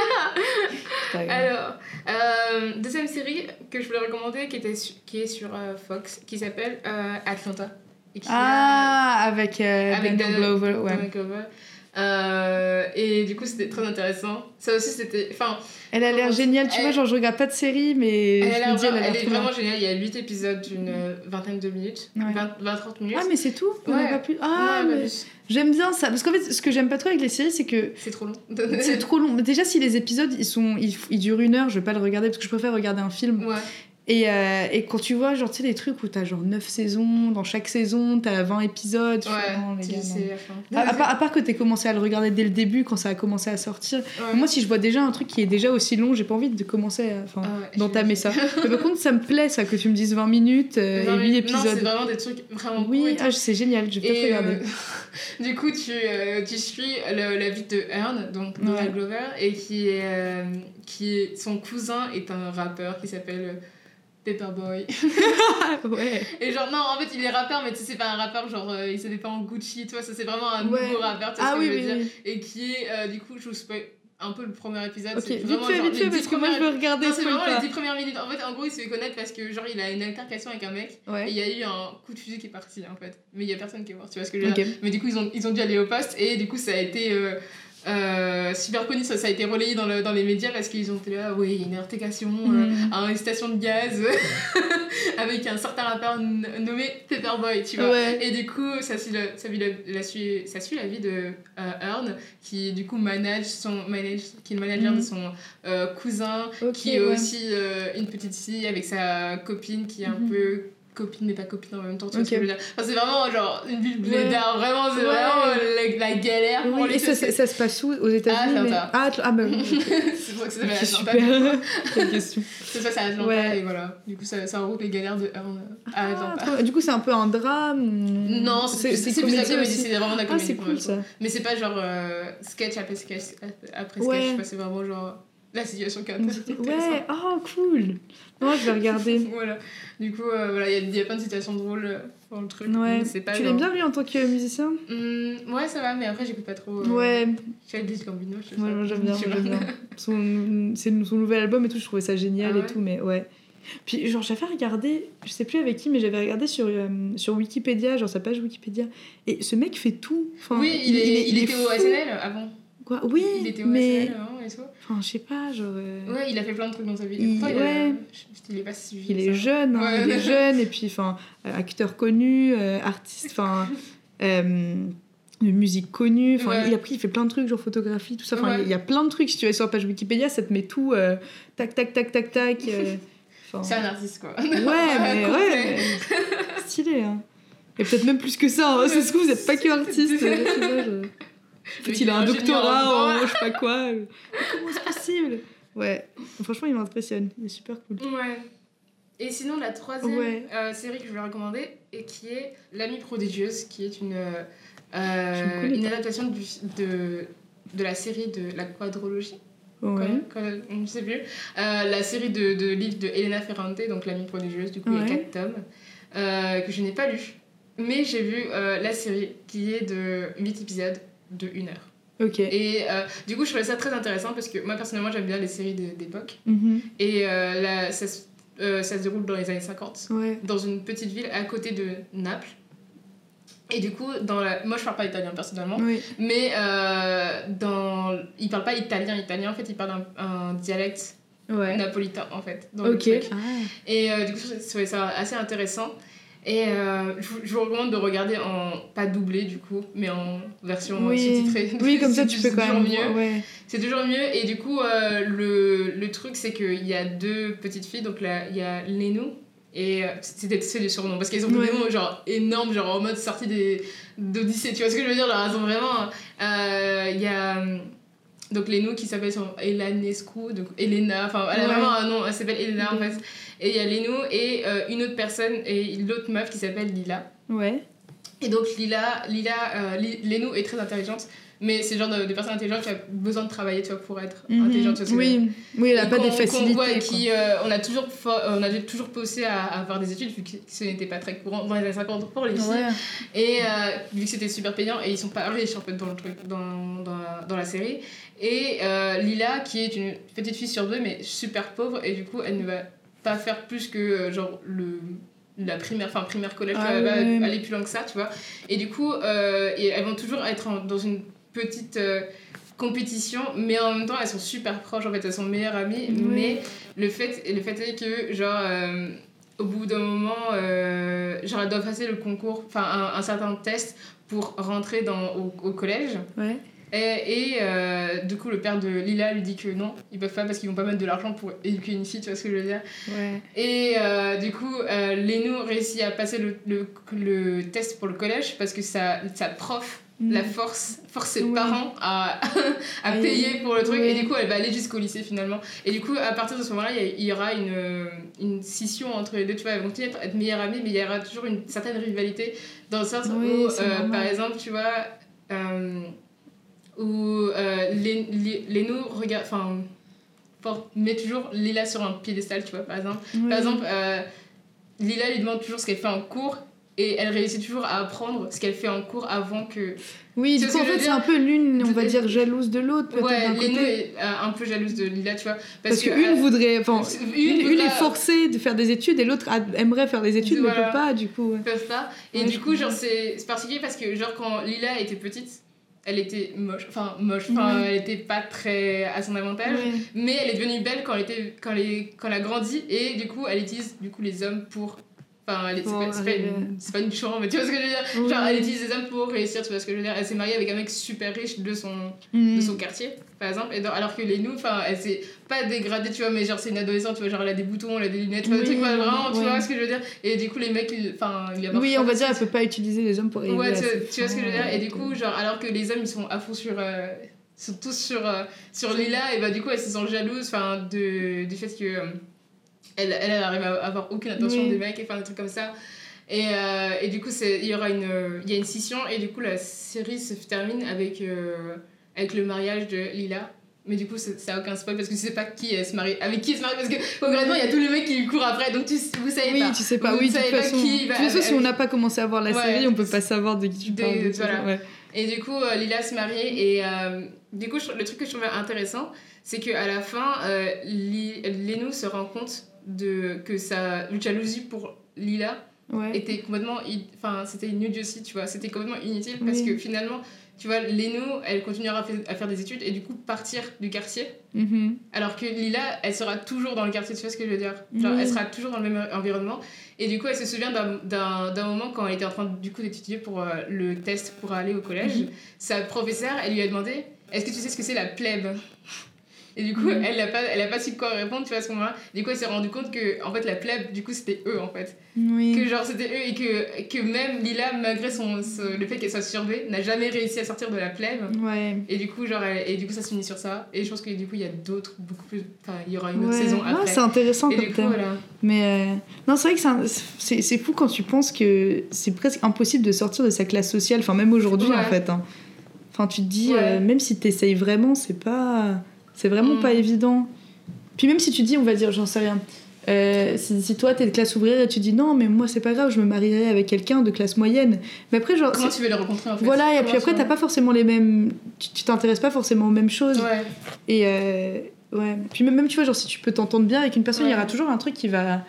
Alors, deuxième série que je voulais recommander qui est sur Fox, qui s'appelle Atlanta. Et avec Daniel Glover, ouais. Daniel Glover. Et du coup, c'était très intéressant. Ça aussi, c'était. Enfin, elle a l'air géniale, tu vois, genre je regarde pas de série, mais elle est vraiment géniale. Il y a 8 épisodes d'une vingtaine de minutes, ouais. 20-30 minutes. Ah, mais c'est tout? Ouais. Pas plus. Ah, mais j'aime bien ça. Parce qu'en fait, ce que j'aime pas trop avec les séries, c'est que. C'est trop long. C'est trop long. Déjà, si les épisodes ils durent 1 heure, je vais pas le regarder parce que je préfère regarder un film. Ouais. Et quand tu vois, genre, tu sais, les trucs où t'as genre 9 saisons, dans chaque saison, t'as 20 épisodes. Ouais, à part que t'aies commencé à le regarder dès le début, quand ça a commencé à sortir. Ouais. Moi, si je vois déjà un truc qui est déjà aussi long, j'ai pas envie de commencer d'entamer ça. Mais par contre, ça me plaît, ça, que tu me dises 20 minutes et 8 épisodes. Non, c'est vraiment des trucs vraiment oui, c'est génial, je vais peut-être regarder. Du coup, tu suis la vie de Earn, donc Donald Glover, et qui est son cousin est un rappeur qui s'appelle Paperboy. Ouais. Et genre, non, en fait, il est rappeur, mais tu sais, c'est pas un rappeur, genre, il se pas en Gucci, tu vois, ça c'est vraiment un nouveau rappeur, tu sais ce que je veux dire. Et qui est, du coup, je vous spoil un peu le premier épisode. Ok, c'est vite vraiment, fait, parce que moi je veux regarder. Non, c'est vraiment les 10 premières minutes. En fait, en gros, il se fait connaître parce que, genre, il a une altercation avec un mec, et il y a eu un coup de fusil qui est parti, en fait. Mais il y a personne qui est mort, tu vois ce que je veux dire. Mais du coup, ils ont dû aller au poste, et du coup, ça a été. Super connu, ça a été relayé dans les médias parce qu'ils ont été là, oui, il y a une altercation à une station de gaz avec un certain rappeur nommé Paperboy, tu vois. Ouais. Et du coup, ça suit la vie de Earn qui du coup qui est le manager de son cousin, qui est aussi une petite fille avec sa copine qui est un peu copine mais pas copine en même temps, tu vois ce que je veux dire. Enfin, c'est vraiment genre une ville blédard, vraiment, c'est vraiment la galère pour les. Et ça se passe où? Aux États-Unis? Bah oui. C'est pour que ça s'appelle Atlanta. Super. question. C'est ça, c'est Atlanta, et voilà. Du coup, ça regroupe les galères de Earn à Atlanta. Du coup, c'est un peu un drame? Non, c'est plus la comédie, c'est vraiment la comédie. C'est cool ça. Mais c'est pas genre sketch après sketch, c'est vraiment genre. La situation catastrophique. Ouais, cool. Moi, je vais regarder. Voilà. Du coup, il y a plein de situations drôles dans le truc. Ouais. C'est pas tu l'aimes bien, lui, en tant que musicien? Ouais, ça va, mais après, j'écoute pas trop. Ouais. Childish Gambino, je sais pas. Ouais, j'aime bien. C'est son nouvel album et tout, je trouvais ça génial et tout, mais ouais. Puis, genre, j'avais regardé, je sais plus avec qui, mais j'avais regardé sur Wikipédia, genre sa page Wikipédia. Et ce mec fait tout. Enfin, oui, il était au SNL avant. Quoi? Oui, il était au SNL avant et tout. Enfin, je sais pas, genre. Ouais, il a fait plein de trucs dans sa vie. Il est pas si vieux. Il est jeune, il est jeune, et puis, enfin, acteur connu, artiste, enfin. De musique connue, enfin il fait plein de trucs, genre photographie, tout ça, enfin il y a plein de trucs. Si tu vas sur la page Wikipédia, ça te met tout tac tac tac tac tac. C'est un artiste quoi. Ouais, stylé, hein. Et peut-être même plus que ça, hein. C'est ce que vous êtes pas que artiste. En fait, il a un doctorat en je sais pas quoi. Mais comment c'est possible? Ouais, franchement, il m'impressionne. Il est super cool. Ouais. Et sinon, la troisième série que je voulais recommander, et qui est L'Amie prodigieuse, qui est une adaptation de la série de la quadrologie. Ouais. Je ne sais plus. La série de livres de Elena Ferrante, donc L'Amie prodigieuse, du coup, il y a 4 tomes, que je n'ai pas lu. Mais j'ai vu la série, qui est de 8 épisodes de 1 heure. Ok. Et du coup, je trouvais ça très intéressant parce que moi, personnellement, j'aime bien les séries d'époque. Et ça se déroule dans les années 50, dans une petite ville à côté de Naples. Et du coup, moi, je parle pas italien personnellement, mais il parle pas italien, en fait, il parle un dialecte napolitain, en fait. Dans le truc. Et du coup, je trouvais ça assez intéressant. Et je vous recommande de regarder pas doublé du coup, mais en version sous-titrée. Oui, comme ça tu peux quand même mieux. Ouais. C'est toujours mieux. Et du coup, le truc c'est qu'il y a 2 petites filles, donc là il y a Lénou, et c'est des surnoms parce qu'elles ont des noms genre énormes, genre en mode sortie d'Odyssée, tu vois ce que je veux dire, genre elles ont vraiment. Il y a. Donc Lénou qui s'appelle Elanescu, donc Elena, enfin elle a vraiment un nom, elle s'appelle Elena en fait. Et il y a Lénou et une autre personne, et l'autre meuf qui s'appelle Lila. Ouais. Et donc Lénou est très intelligente, mais c'est le genre de personne intelligente qui a besoin de travailler, tu vois, pour être intelligente. Tu vois, oui, elle a pas des facilités. On a toujours poussé à avoir des études, vu que ce n'était pas très courant dans les années 50 pour les filles. Et vu que c'était super payant, et ils sont pas riches en fait dans le truc, dans la série. Et Lila, qui est une petite fille sur 2, mais super pauvre, et du coup, elle ne va pas faire plus que genre la primaire collège, elle va aller plus loin que ça, tu vois. Et du coup, et elles vont toujours être dans une petite compétition, mais en même temps, elles sont super proches, en fait, elles sont meilleures amies, mais le fait est que, genre, au bout d'un moment, genre, elles doivent passer le concours, enfin, un certain test pour rentrer au collège. Ouais. Et du coup, le père de Lila lui dit que non, ils peuvent pas parce qu'ils vont pas mettre de l'argent pour éduquer une fille, tu vois ce que je veux dire. Ouais. Et du coup, Lénou réussit à passer le test pour le collège parce que sa prof la force ses parents à payer pour le truc, et du coup elle va aller jusqu'au lycée finalement, et du coup à partir de ce moment là il y aura une scission entre les deux, tu vois, elles vont être meilleures amies, mais il y aura toujours une certaine rivalité dans le sens où par exemple tu vois où Lénou regarde, met toujours Lila sur un piédestal, tu vois, par exemple Lila lui demande toujours ce qu'elle fait en cours, et elle réussit toujours à apprendre ce qu'elle fait en cours avant que... Oui, du coup, en fait, c'est un peu l'une, on va dire, jalouse de l'autre, peut-être, d'un côté. Lénou est un peu jalouse de Lila, tu vois. Parce qu'une voudrait... Enfin, une est forcée de faire des études, et l'autre aimerait faire des études, mais peut pas, du coup. Ils peuvent pas. Et du coup, genre, c'est particulier parce que, genre, quand Lila était petite, elle était moche, elle était pas très à son avantage, mais elle est devenue belle quand elle a grandi, et du coup, elle utilise les hommes pour... Enfin, c'est pas une chambre, mais tu vois ce que je veux dire. Genre, elle utilise les hommes pour réussir, tu vois ce que je veux dire. Elle s'est mariée avec un mec super riche de son quartier, par exemple. Et alors que Lénou, elle s'est pas dégradée, tu vois, mais genre, c'est une adolescente, tu vois, genre, elle a des boutons, elle a des lunettes, tu vois, vraiment, tu vois ce que je veux dire. Et du coup, les mecs, oui, on va dire, elle peut pas utiliser les hommes pour réussir. Ouais, tu vois ce que je veux dire. Et du coup, genre, alors que les hommes, ils sont à fond sont tous sur Lila, et bah, du coup, elle se sent jalouse, du fait que. Elle arrive à avoir aucune attention des mecs, et des trucs comme ça, et du coup il y a une scission, et du coup la série se termine avec le mariage de Lila, mais du coup ça a aucun spoil parce que tu sais pas avec qui elle se marie, parce que concrètement il y a tous les mecs qui lui courent après, donc vous savez pas. Tu sais pas, de toute façon, si on n'a pas commencé à voir la série, on peut pas savoir de qui tu parles. Et du coup Lila se marie, et du coup le truc que je trouvais intéressant, c'est qu'à la fin Lénou se rend compte que sa jalousie pour Lila était complètement c'était une idiotie, tu vois, c'était complètement inutile, parce que finalement tu vois, Lénou elle continuera à faire des études et du coup partir du quartier, alors que Lila elle sera toujours dans le quartier, tu vois ce que je veux dire, genre elle sera toujours dans le même environnement. Et du coup elle se souvient d'un moment quand elle était en train du coup d'étudier pour le test pour aller au collège, sa professeure elle lui a demandé est-ce que tu sais ce que c'est la plèbe. Et du coup, elle a pas su quoi répondre, tu vois, à ce moment-là. Du coup, elle s'est rendue compte que, en fait, la plèbe, du coup, c'était eux, en fait. Que genre, c'était eux, et que même Lila, malgré le fait qu'elle soit surveillée, n'a jamais réussi à sortir de la plèbe. Et du coup, ça se finit sur ça. Et je pense que, du coup, il y a d'autres, beaucoup plus... Enfin, il y aura une autre saison après. C'est intéressant comme thème. Voilà. Mais non, c'est vrai que c'est fou quand tu penses que c'est presque impossible de sortir de sa classe sociale. Enfin, même aujourd'hui, en fait. Hein. Enfin, tu te dis, même si t'essayes vraiment, c'est vraiment pas évident. Puis même si tu dis, on va dire, j'en sais rien, si toi t'es de classe ouvrière et tu dis non mais moi c'est pas grave, je me marierai avec quelqu'un de classe moyenne, mais après genre comment tu veux les rencontrer en fait, voilà, et puis après t'as pas forcément les mêmes, tu t'intéresses pas forcément aux mêmes choses, et puis même tu vois, genre si tu peux t'entendre bien avec une personne, il y aura toujours un truc qui va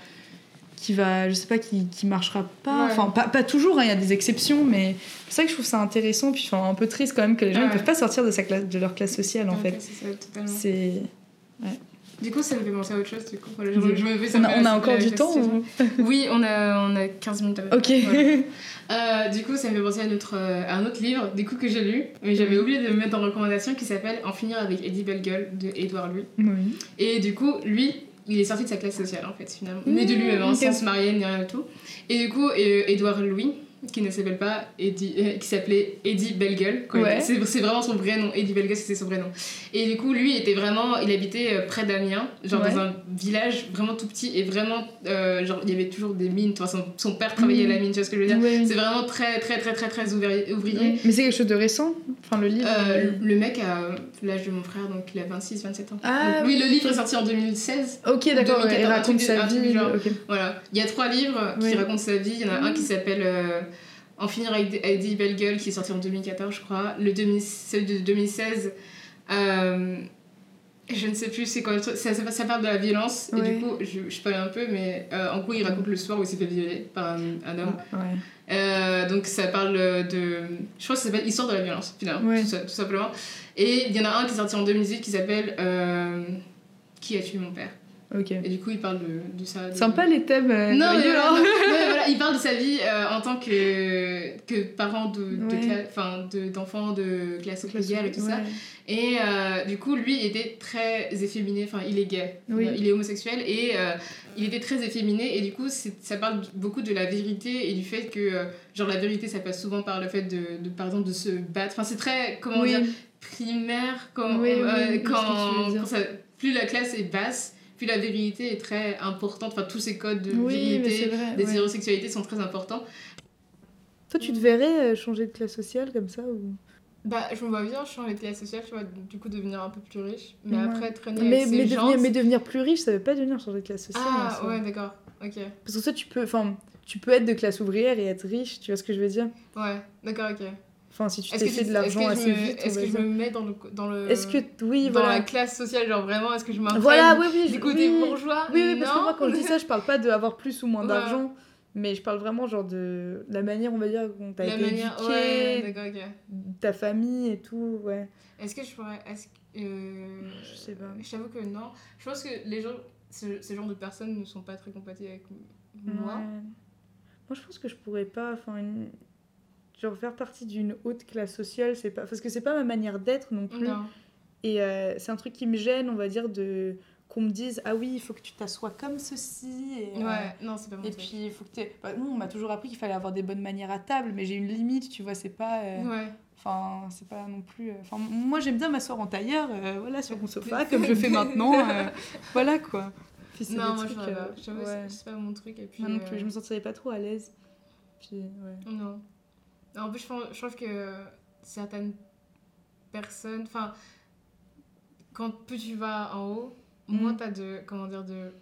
je sais pas, qui marchera pas, enfin pas toujours, il y a des exceptions, mais c'est ça que je trouve ça intéressant, puis un peu triste quand même que les gens ne peuvent pas sortir de leur classe sociale en fait. C'est ça, totalement. C'est... Du coup, ça me fait penser à autre chose. Du coup. Voilà, on a encore du temps ou... Oui, on a 15 minutes. Ok. Du coup, ça me fait penser à un autre livre du coup, que j'ai lu, mais j'avais oublié de me mettre en recommandation, qui s'appelle En finir avec Eddie Bellegueule de Édouard Louis. Et du coup, lui, il est sorti de sa classe sociale en fait, finalement. Né de lui-même, sans se marier ni rien du tout. Et du coup, Édouard Louis, qui ne s'appelle pas Eddie, qui s'appelait Eddie Bellegueule. Ouais. C'est vraiment son vrai nom, Eddie Bellegueule, c'était son vrai nom. Et du coup, lui, il habitait près d'Amiens, genre dans un village vraiment tout petit, et vraiment, genre, il y avait toujours des mines. Enfin, son père travaillait à la mine, tu vois ce que je veux dire? Oui. C'est vraiment très, très, très, très, très ouvrier. Oui. Mais c'est quelque chose de récent? Enfin, le livre Le mec a l'âge de mon frère, donc il a 26-27 ans. Ah, donc, oui, le livre est sorti en 2016. Ok, d'accord, il raconte sa vie. Genre, okay. Voilà. Il y a 3 livres qui racontent sa vie. Il y en a un qui s'appelle En finir avec Eddie Bellegueule, qui est sorti en 2014, je crois. Celui de 2016, je ne sais plus c'est quoi le truc. Ça parle de la violence. Et du coup, je parle un peu, mais en gros, il raconte le soir où il s'est fait violer par un homme. Donc ça parle de... Je crois que ça s'appelle Histoire de la violence, finalement, tout simplement. Et il y en a un qui est sorti en 2018 qui s'appelle Qui a tué mon père? Okay. Et du coup, il parle de ça. Sympa les thèmes. Non, mais voilà, il parle de sa vie en tant que parent d'enfants de classe ouvrière et tout ça. Et du coup, lui était très efféminé. Enfin, il est gay, il est homosexuel et il était très efféminé. Et du coup, ça parle beaucoup de la vérité et du fait que, genre, la vérité, ça passe souvent par le fait par exemple, de se battre. Enfin, c'est très, comment dire, primaire quand plus la classe est basse. Puis la vérité est très importante, enfin tous ces codes de vérité, des hétérosexualités sont très importants. Toi, tu te verrais changer de classe sociale comme ça ou... Bah, je me vois bien changer de classe sociale, tu vois, du coup devenir un peu plus riche, mais après traîner avec ces gens... Mais devenir plus riche, ça veut pas devenir changer de classe sociale. Ah, ouais, d'accord, ok. Parce que ça, tu peux être de classe ouvrière et être riche, tu vois ce que je veux dire? Ouais, d'accord, ok. Enfin, si tu t'es fait de l'argent assez vite... Est-ce que je me mets dans le est-ce que... Oui, dans la classe sociale, genre vraiment, est-ce que je m'imprègne du côté bourgeois? Oui, parce que moi, quand je dis ça, je parle pas d'avoir plus ou moins d'argent, mais je parle vraiment genre de la manière, on va dire, dont t'as été éduquée, ta famille et tout, Est-ce que je pourrais... je sais pas. Je t'avoue que non. Je pense que les gens, ce genre de personnes ne sont pas très compatibles avec moi. Moi, je pense que je pourrais pas... Genre faire partie d'une haute classe sociale, c'est pas... Parce que c'est pas ma manière d'être non plus. Non. Et c'est un truc qui me gêne, on va dire, qu'on me dise « Ah oui, il faut que tu t'assoies comme ceci. » non, c'est pas mon truc. Et puis, il faut que nous, on m'a toujours appris qu'il fallait avoir des bonnes manières à table, mais j'ai une limite, tu vois, c'est pas... Enfin, c'est pas non plus... Enfin, moi, j'aime bien m'asseoir en tailleur, voilà, sur mon sofa, comme je fais maintenant. Voilà, quoi. Puis, non, moi, c'est pas mon truc. Et puis, moi non plus, je me sentirais pas trop à l'aise. Puis, Non. En plus, je trouve que certaines personnes... Enfin, quand plus tu vas en haut, moins t'as de... Comment dire, de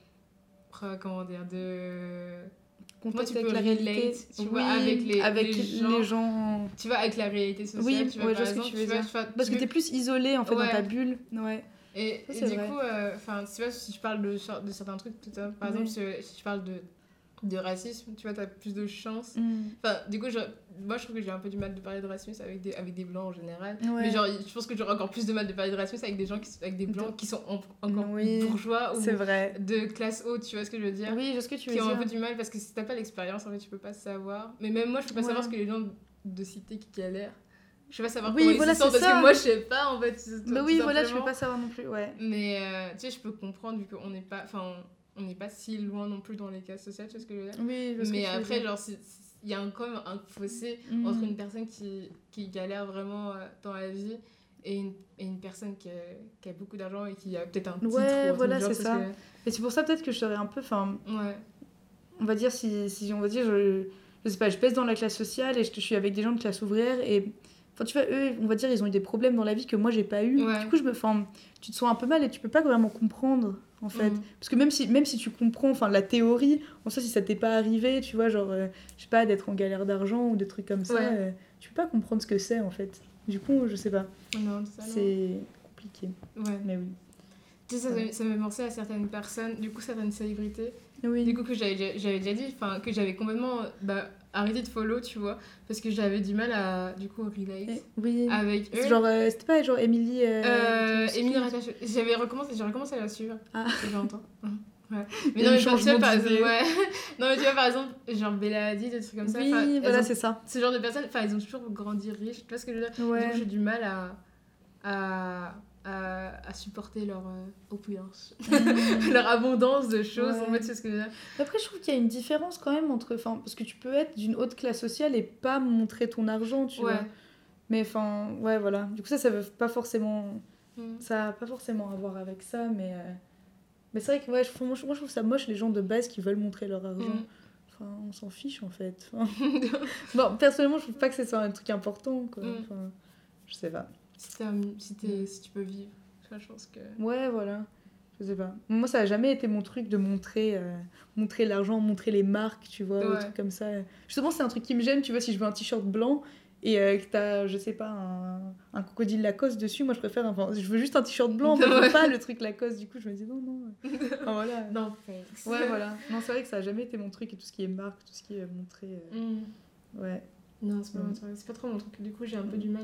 contact tu avec peux la réalité, tu vois, avec les gens. Tu vois, avec la réalité sociale, tu vois, par exemple, tu vois, parce que t'es plus isolé, en fait, dans ta bulle. Et du coup, tu vois, si je parle de certains trucs, tout à l'heure, par exemple, si je parle de racisme, tu vois, t'as plus de chance. Enfin, du coup, moi, je trouve que j'ai un peu du mal de parler de racisme avec des blancs en général. Mais genre, je pense que j'aurais encore plus de mal de parler de racisme avec des blancs qui sont encore bourgeois ou de classe haute, tu vois ce que je veux dire? Oui, je vois ce que tu veux dire. Qui ont un peu du mal parce que si t'as pas l'expérience, en fait, tu peux pas savoir. Mais même moi, je peux pas savoir ce que les gens de cité qui galèrent. Je sais pas savoir comment ils se sentent parce que moi, je sais pas, en fait. Bah oui, voilà, je peux pas savoir non plus, Mais, tu sais, je peux comprendre vu qu'on n'est pas... Enfin, on n'est pas si loin non plus dans les classes sociales, tu vois ce que je veux dire? Oui, je vois mais après, genre, il y a quand même un fossé entre une personne qui galère vraiment dans la vie et une personne qui a beaucoup d'argent et qui a peut-être un titre. Ouais, voilà, c'est ça. Et c'est pour ça peut-être que je serais un peu... On va dire, si on va dire, je sais pas, je pèse dans la classe sociale et je suis avec des gens de classe ouvrière et... Enfin, tu vois, eux, on va dire, ils ont eu des problèmes dans la vie que moi, j'ai pas eu. Du coup, tu te sens un peu mal et tu peux pas vraiment comprendre, en fait. Parce que même si tu comprends, la théorie, en soi, si ça t'est pas arrivé, tu vois, genre, je sais pas, d'être en galère d'argent ou des trucs comme ça, tu peux pas comprendre ce que c'est, en fait. Du coup, je sais pas. Non, c'est compliqué. Mais oui. Tu sais, ça me pensait à certaines personnes, du coup, certaines célébrités. Oui. Du coup, que j'avais déjà dit, que j'avais complètement arrêté de follow, tu vois, parce que j'avais du mal à, du coup, relate avec eux. Genre, c'était pas genre Émilie... Émilie Rattache. J'ai recommencé à la suivre. Ah. Ça fait longtemps. Ouais. Mais non, mais tu vois, par exemple, non, mais tu vois, par exemple, genre Bella Hadid, des trucs comme ça. Oui, voilà, c'est ça. Ce genre de personnes, ils ont toujours grandi riches, tu vois ce que je veux dire? Du coup, j'ai du mal à à supporter leur opulence, leur abondance de choses, en fait, c'est ce que je veux dire. Après, je trouve qu'il y a une différence quand même entre... Parce que tu peux être d'une haute classe sociale et pas montrer ton argent, tu vois. Mais enfin, ouais, voilà. Du coup, ça veut pas forcément... Ça a pas forcément à voir avec ça, mais c'est vrai que ouais, moi, je trouve ça moche, les gens de base qui veulent montrer leur argent. Enfin, on s'en fiche, en fait. Bon, personnellement, je trouve pas que c'est un truc important, quoi. Enfin, je sais pas. Si tu peux vivre, je pense que... Ouais, voilà. Je sais pas. Moi, ça a jamais été mon truc de montrer l'argent, montrer les marques, tu vois, des trucs comme ça. Justement, c'est un truc qui me gêne, tu vois, si je veux un t-shirt blanc et que t'as, je sais pas, un crocodile Lacoste dessus, moi, je préfère... Enfin, je veux juste un t-shirt blanc, mais je veux pas le truc Lacoste. Du coup, je me dis non. Enfin, voilà. Non, ouais, voilà. Non, c'est vrai que ça a jamais été mon truc, et tout ce qui est marque, tout ce qui est montré... Ouais. Non, c'est pas trop mon truc. Du coup, j'ai un peu du mal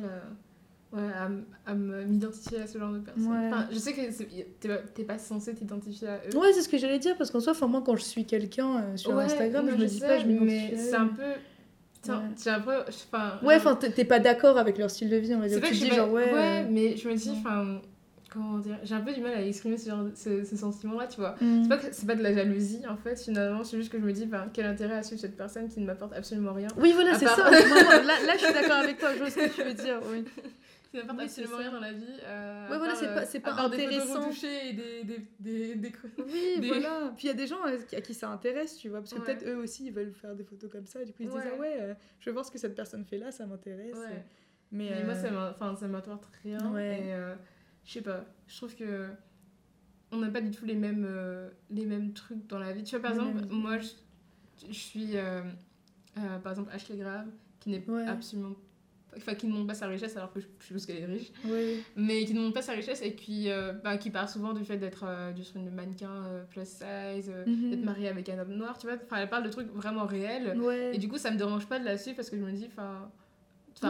à m'identifier à ce genre de personnes. Enfin, je sais que t'es pas censé t'identifier à eux. Ouais, c'est ce que j'allais dire, parce qu'en soi, moi, quand je suis quelqu'un sur Instagram, je me dis pas, je m'identifie. Mais c'est un peu... J'ai un peu... Ouais, enfin, t'es pas d'accord avec leur style de vie, on va dire. Tu dis, genre, ouais, mais je me dis, comment dire, j'ai un peu du mal à exprimer ce sentiment-là, tu vois. C'est pas de la jalousie, en fait, finalement, c'est juste que je me dis, quel intérêt à suivre cette personne qui ne m'apporte absolument rien. Oui, voilà, c'est ça. Là, je suis d'accord avec toi, je vois ce que tu veux dire, oui. Qui n'apporte absolument rien dans la vie. Ouais, voilà, c'est pas intéressant. Des photos retouchées et des oui, voilà. Puis il y a des gens à qui ça intéresse, tu vois, parce que peut-être eux aussi, ils veulent faire des photos comme ça, et du coup, ils se disent, je veux voir ce que cette personne fait là, ça m'intéresse. Mais moi, ça m'apporte rien. Et je sais pas, je trouve que on n'a pas du tout les mêmes trucs dans la vie. Tu vois, par exemple, moi, je suis, par exemple, Ashley Graham, qui n'est absolument... Enfin, qui ne montre pas sa richesse alors que je suppose qu'elle est riche, mais qui ne montre pas sa richesse et qui parle souvent du fait d'être juste une mannequin plus size, d'être mariée avec un homme noir, tu vois. Enfin, elle parle de trucs vraiment réels et du coup ça me dérange pas de la suivre parce que je me dis elle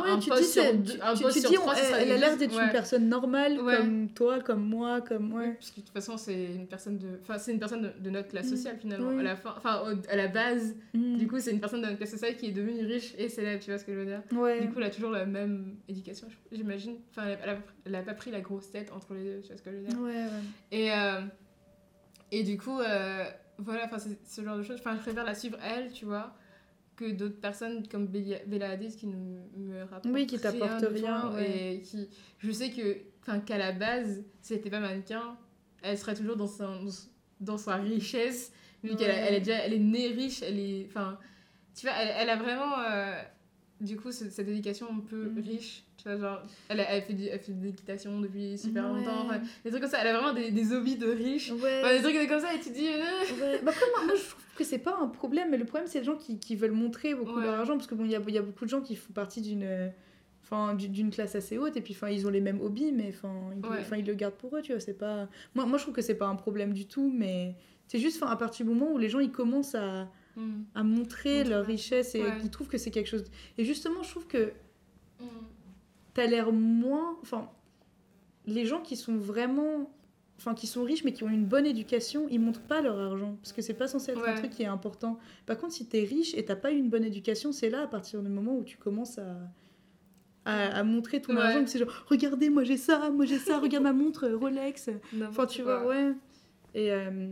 a l'air d'être une personne normale comme toi, comme moi, parce que de toute façon c'est une personne de notre classe sociale finalement à la base. Du coup c'est une personne de notre classe sociale qui est devenue riche et célèbre, tu vois ce que je veux dire. Du coup elle a toujours la même éducation, j'imagine. Enfin elle a pas pris la grosse tête entre les deux, tu vois ce que je veux dire. Et du coup voilà, enfin c'est ce genre de choses. Enfin je préfère la suivre elle, tu vois, que d'autres personnes comme Bella Hadid qui me rapportent qui t'apportent rien et qui, je sais qu'à la base si elle était pas mannequin elle serait toujours dans sa richesse vu qu'elle elle est née riche, elle est, enfin tu vois, elle a vraiment du coup cette éducation un peu riche, tu vois, genre elle fait de l'équitation depuis super longtemps, des trucs comme ça, elle a vraiment des hobbies de riches, des trucs comme ça et tu dis après moi je trouve que c'est pas un problème, mais le problème c'est les gens qui veulent montrer beaucoup leur argent, parce que bon il y a beaucoup de gens qui font partie d'une classe assez haute et puis ils ont les mêmes hobbies mais ils le gardent pour eux, tu vois. C'est pas moi je trouve que c'est pas un problème du tout, mais c'est juste à partir du moment où les gens ils commencent à montrer leur richesse et qu'ils trouvent que c'est quelque chose et justement je trouve que t'as l'air moins, les gens qui sont vraiment qui sont riches mais qui ont une bonne éducation, ils montrent pas leur argent parce que c'est pas censé être un truc qui est important. Par contre si t'es riche et t'as pas eu une bonne éducation, c'est là à partir du moment où tu commences à montrer ton argent, que c'est genre regardez moi j'ai ça, regarde ma montre Rolex, tu vois et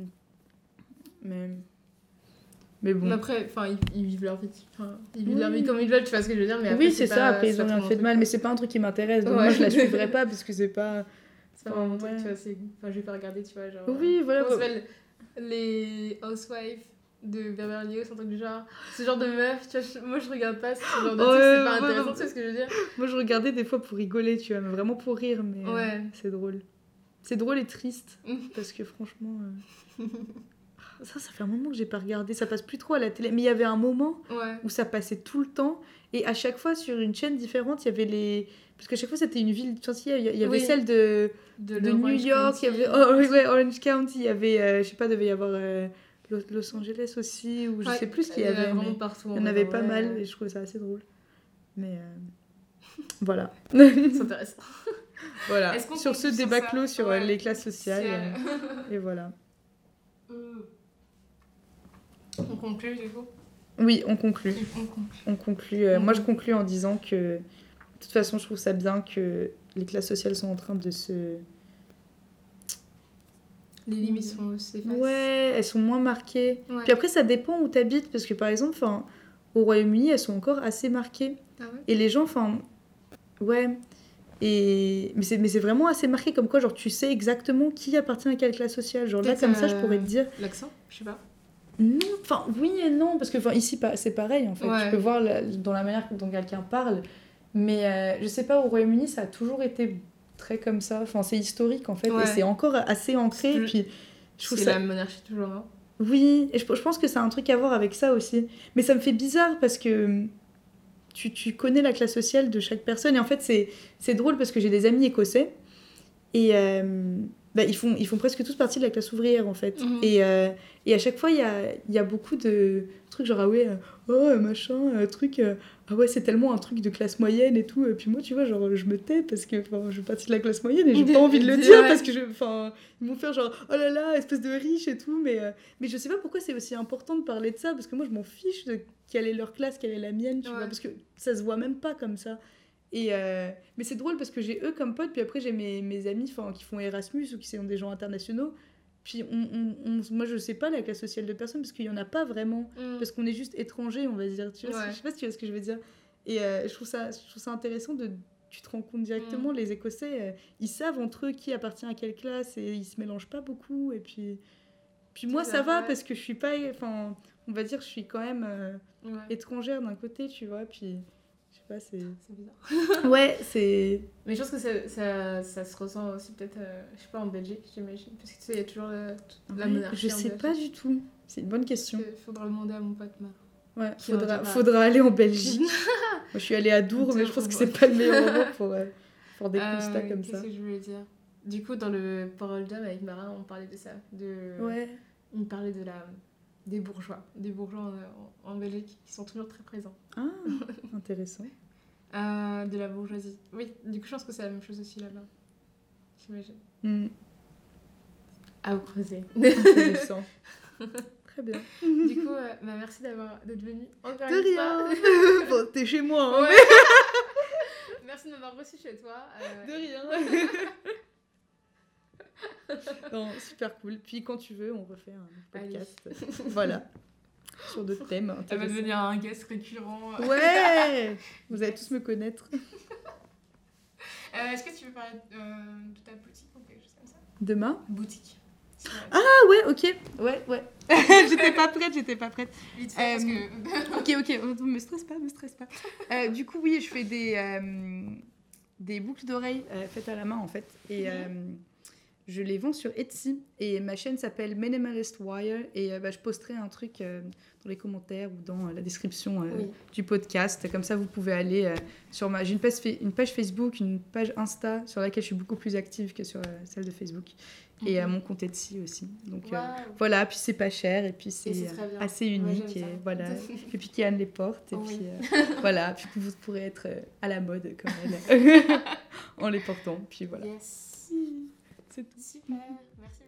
mais bon après ils vivent leur vie leur vie comme ils veulent, tu vois ce que je veux dire, mais après, c'est ça, après ils ont rien fait de mal, mais c'est pas un truc qui m'intéresse, donc moi je la suivrai pas parce que c'est pas vraiment un truc, tu vois, je vais pas regarder, tu vois, genre voilà, comment s'appelle les Housewives de Beverly Hills, un truc du genre, ce genre de meuf, tu vois, moi je regarde pas ce genre de truc, c'est pas intéressant, tu sais ce que je veux dire. Moi je regardais des fois pour rigoler, tu vois, mais vraiment pour rire, mais c'est drôle et triste parce que franchement ça fait un moment que j'ai pas regardé, ça passe plus trop à la télé, mais il y avait un moment où ça passait tout le temps et à chaque fois sur une chaîne différente il y avait parce qu'à chaque fois c'était une ville, il y avait celle de New York, il y avait Orange County, il y avait je sais pas, devait y avoir Los Angeles aussi, ou je sais plus ce qu'il y avait, mais partout, il y en avait pas mal et je trouvais ça assez drôle, mais voilà. C'est intéressant. Voilà, sur ce débat clos sur les classes sociales et voilà. On conclut du coup. Oui, on conclut. Moi je conclus en disant que de toute façon je trouve ça bien que les classes sociales sont en train de se Les limites sont effacées. Ouais, elles sont moins marquées. Ouais. Puis après, ça dépend où t'habites, parce que par exemple, au Royaume-Uni, elles sont encore assez marquées. Ah ouais. Et les gens, ouais. Mais c'est vraiment assez marqué, comme quoi, genre, tu sais exactement qui appartient à quelle classe sociale. Genre là, Peut-être, comme ça, je pourrais te dire. L'accent, je sais pas. Non, oui et non, parce que ici, c'est pareil, en fait. Ouais. Tu peux voir dans la manière dont quelqu'un parle. Mais je sais pas, au Royaume-Uni, ça a toujours été très comme ça. Enfin, c'est historique, en fait, Ouais. et c'est encore assez ancré. Et puis, je trouve C'est ça... la monarchie toujours, hein. Oui, et je pense que ça a un truc à voir avec ça aussi. Mais ça me fait bizarre parce que tu connais la classe sociale de chaque personne. Et en fait, c'est drôle parce que j'ai des amis écossais et ils font presque tous partie de la classe ouvrière en fait. Et à chaque fois, il y a beaucoup de trucs genre, ah ouais, machin, truc, ah ouais, c'est tellement un truc de classe moyenne et tout. Et puis moi, tu vois, genre, je me tais parce que je fais partie de la classe moyenne et j'ai pas envie de le dire parce que ils vont faire genre, oh là là, espèce de riche et tout. Mais je sais pas pourquoi c'est aussi important de parler de ça parce que moi, je m'en fiche de quelle est leur classe, quelle est la mienne, tu vois, parce que ça se voit même pas comme ça. Mais c'est drôle parce que j'ai eux comme potes, puis après j'ai mes amis qui font Erasmus ou qui sont des gens internationaux. Puis moi je sais pas la classe sociale de personne parce qu'il y en a pas vraiment, parce qu'on est juste étrangers, on va dire. Tu vois, je sais pas si tu vois ce que je veux dire. Et je trouve ça intéressant tu te rends compte directement, les Écossais, ils savent entre eux qui appartient à quelle classe et ils se mélangent pas beaucoup. Et puis moi ça va parce que je suis pas, on va dire je suis quand même étrangère d'un côté, tu vois. Puis je sais pas, c'est bizarre. Ouais, c'est... Mais je pense que ça se ressent aussi peut-être, je sais pas, en Belgique, j'imagine. Parce que tu sais, il y a toujours la monarchie. Je sais pas du tout. C'est une bonne question. Il faudra demander à mon pote Mar. Ouais, faudra aller en Belgique. Moi, je suis allée à Dour, mais je pense que c'est pas le meilleur moment pour des constats comme ça. Qu'est-ce que je voulais dire ? Du coup, dans le Parole d'homme avec Marin, on parlait de ça. On parlait des bourgeois en Belgique qui sont toujours très présents. Ah, intéressant. De la bourgeoisie. Oui, du coup, je pense que c'est la même chose aussi là-bas. J'imagine. À vous creuser. Intéressant. Très bien. Du coup, merci d'être venu. Encore de rien. Bon, t'es chez moi. Hein. Ouais. Merci de m'avoir reçu chez toi. De rien. Non, super cool. Puis quand tu veux, on refait un podcast. Voilà. Sur d'autres thèmes. Elle va devenir un guest récurrent. Ouais. Vous allez tous me connaître. Est-ce que tu veux parler de ta boutique ou quelque chose comme ça ? Demain ? Boutique. Ah ouais, ok. Ouais. j'étais pas prête. Vite fait, parce que... Ok. Me stresse pas. Du coup, oui, je fais des boucles d'oreilles faites à la main, en fait. Et... je les vends sur Etsy et ma chaîne s'appelle Minimalist Wire et je posterai un truc dans les commentaires ou dans la description du podcast. Comme ça, vous pouvez aller sur j'ai une page Facebook, une page Insta sur laquelle je suis beaucoup plus active que sur celle de Facebook et mon compte Etsy aussi. Donc voilà, puis c'est pas cher et puis c'est assez unique et voilà. Et puis Kian les porte et puis voilà, puis vous pourrez être à la mode comme elle en les portant. Puis voilà. Yes. C'est tout. Super, merci.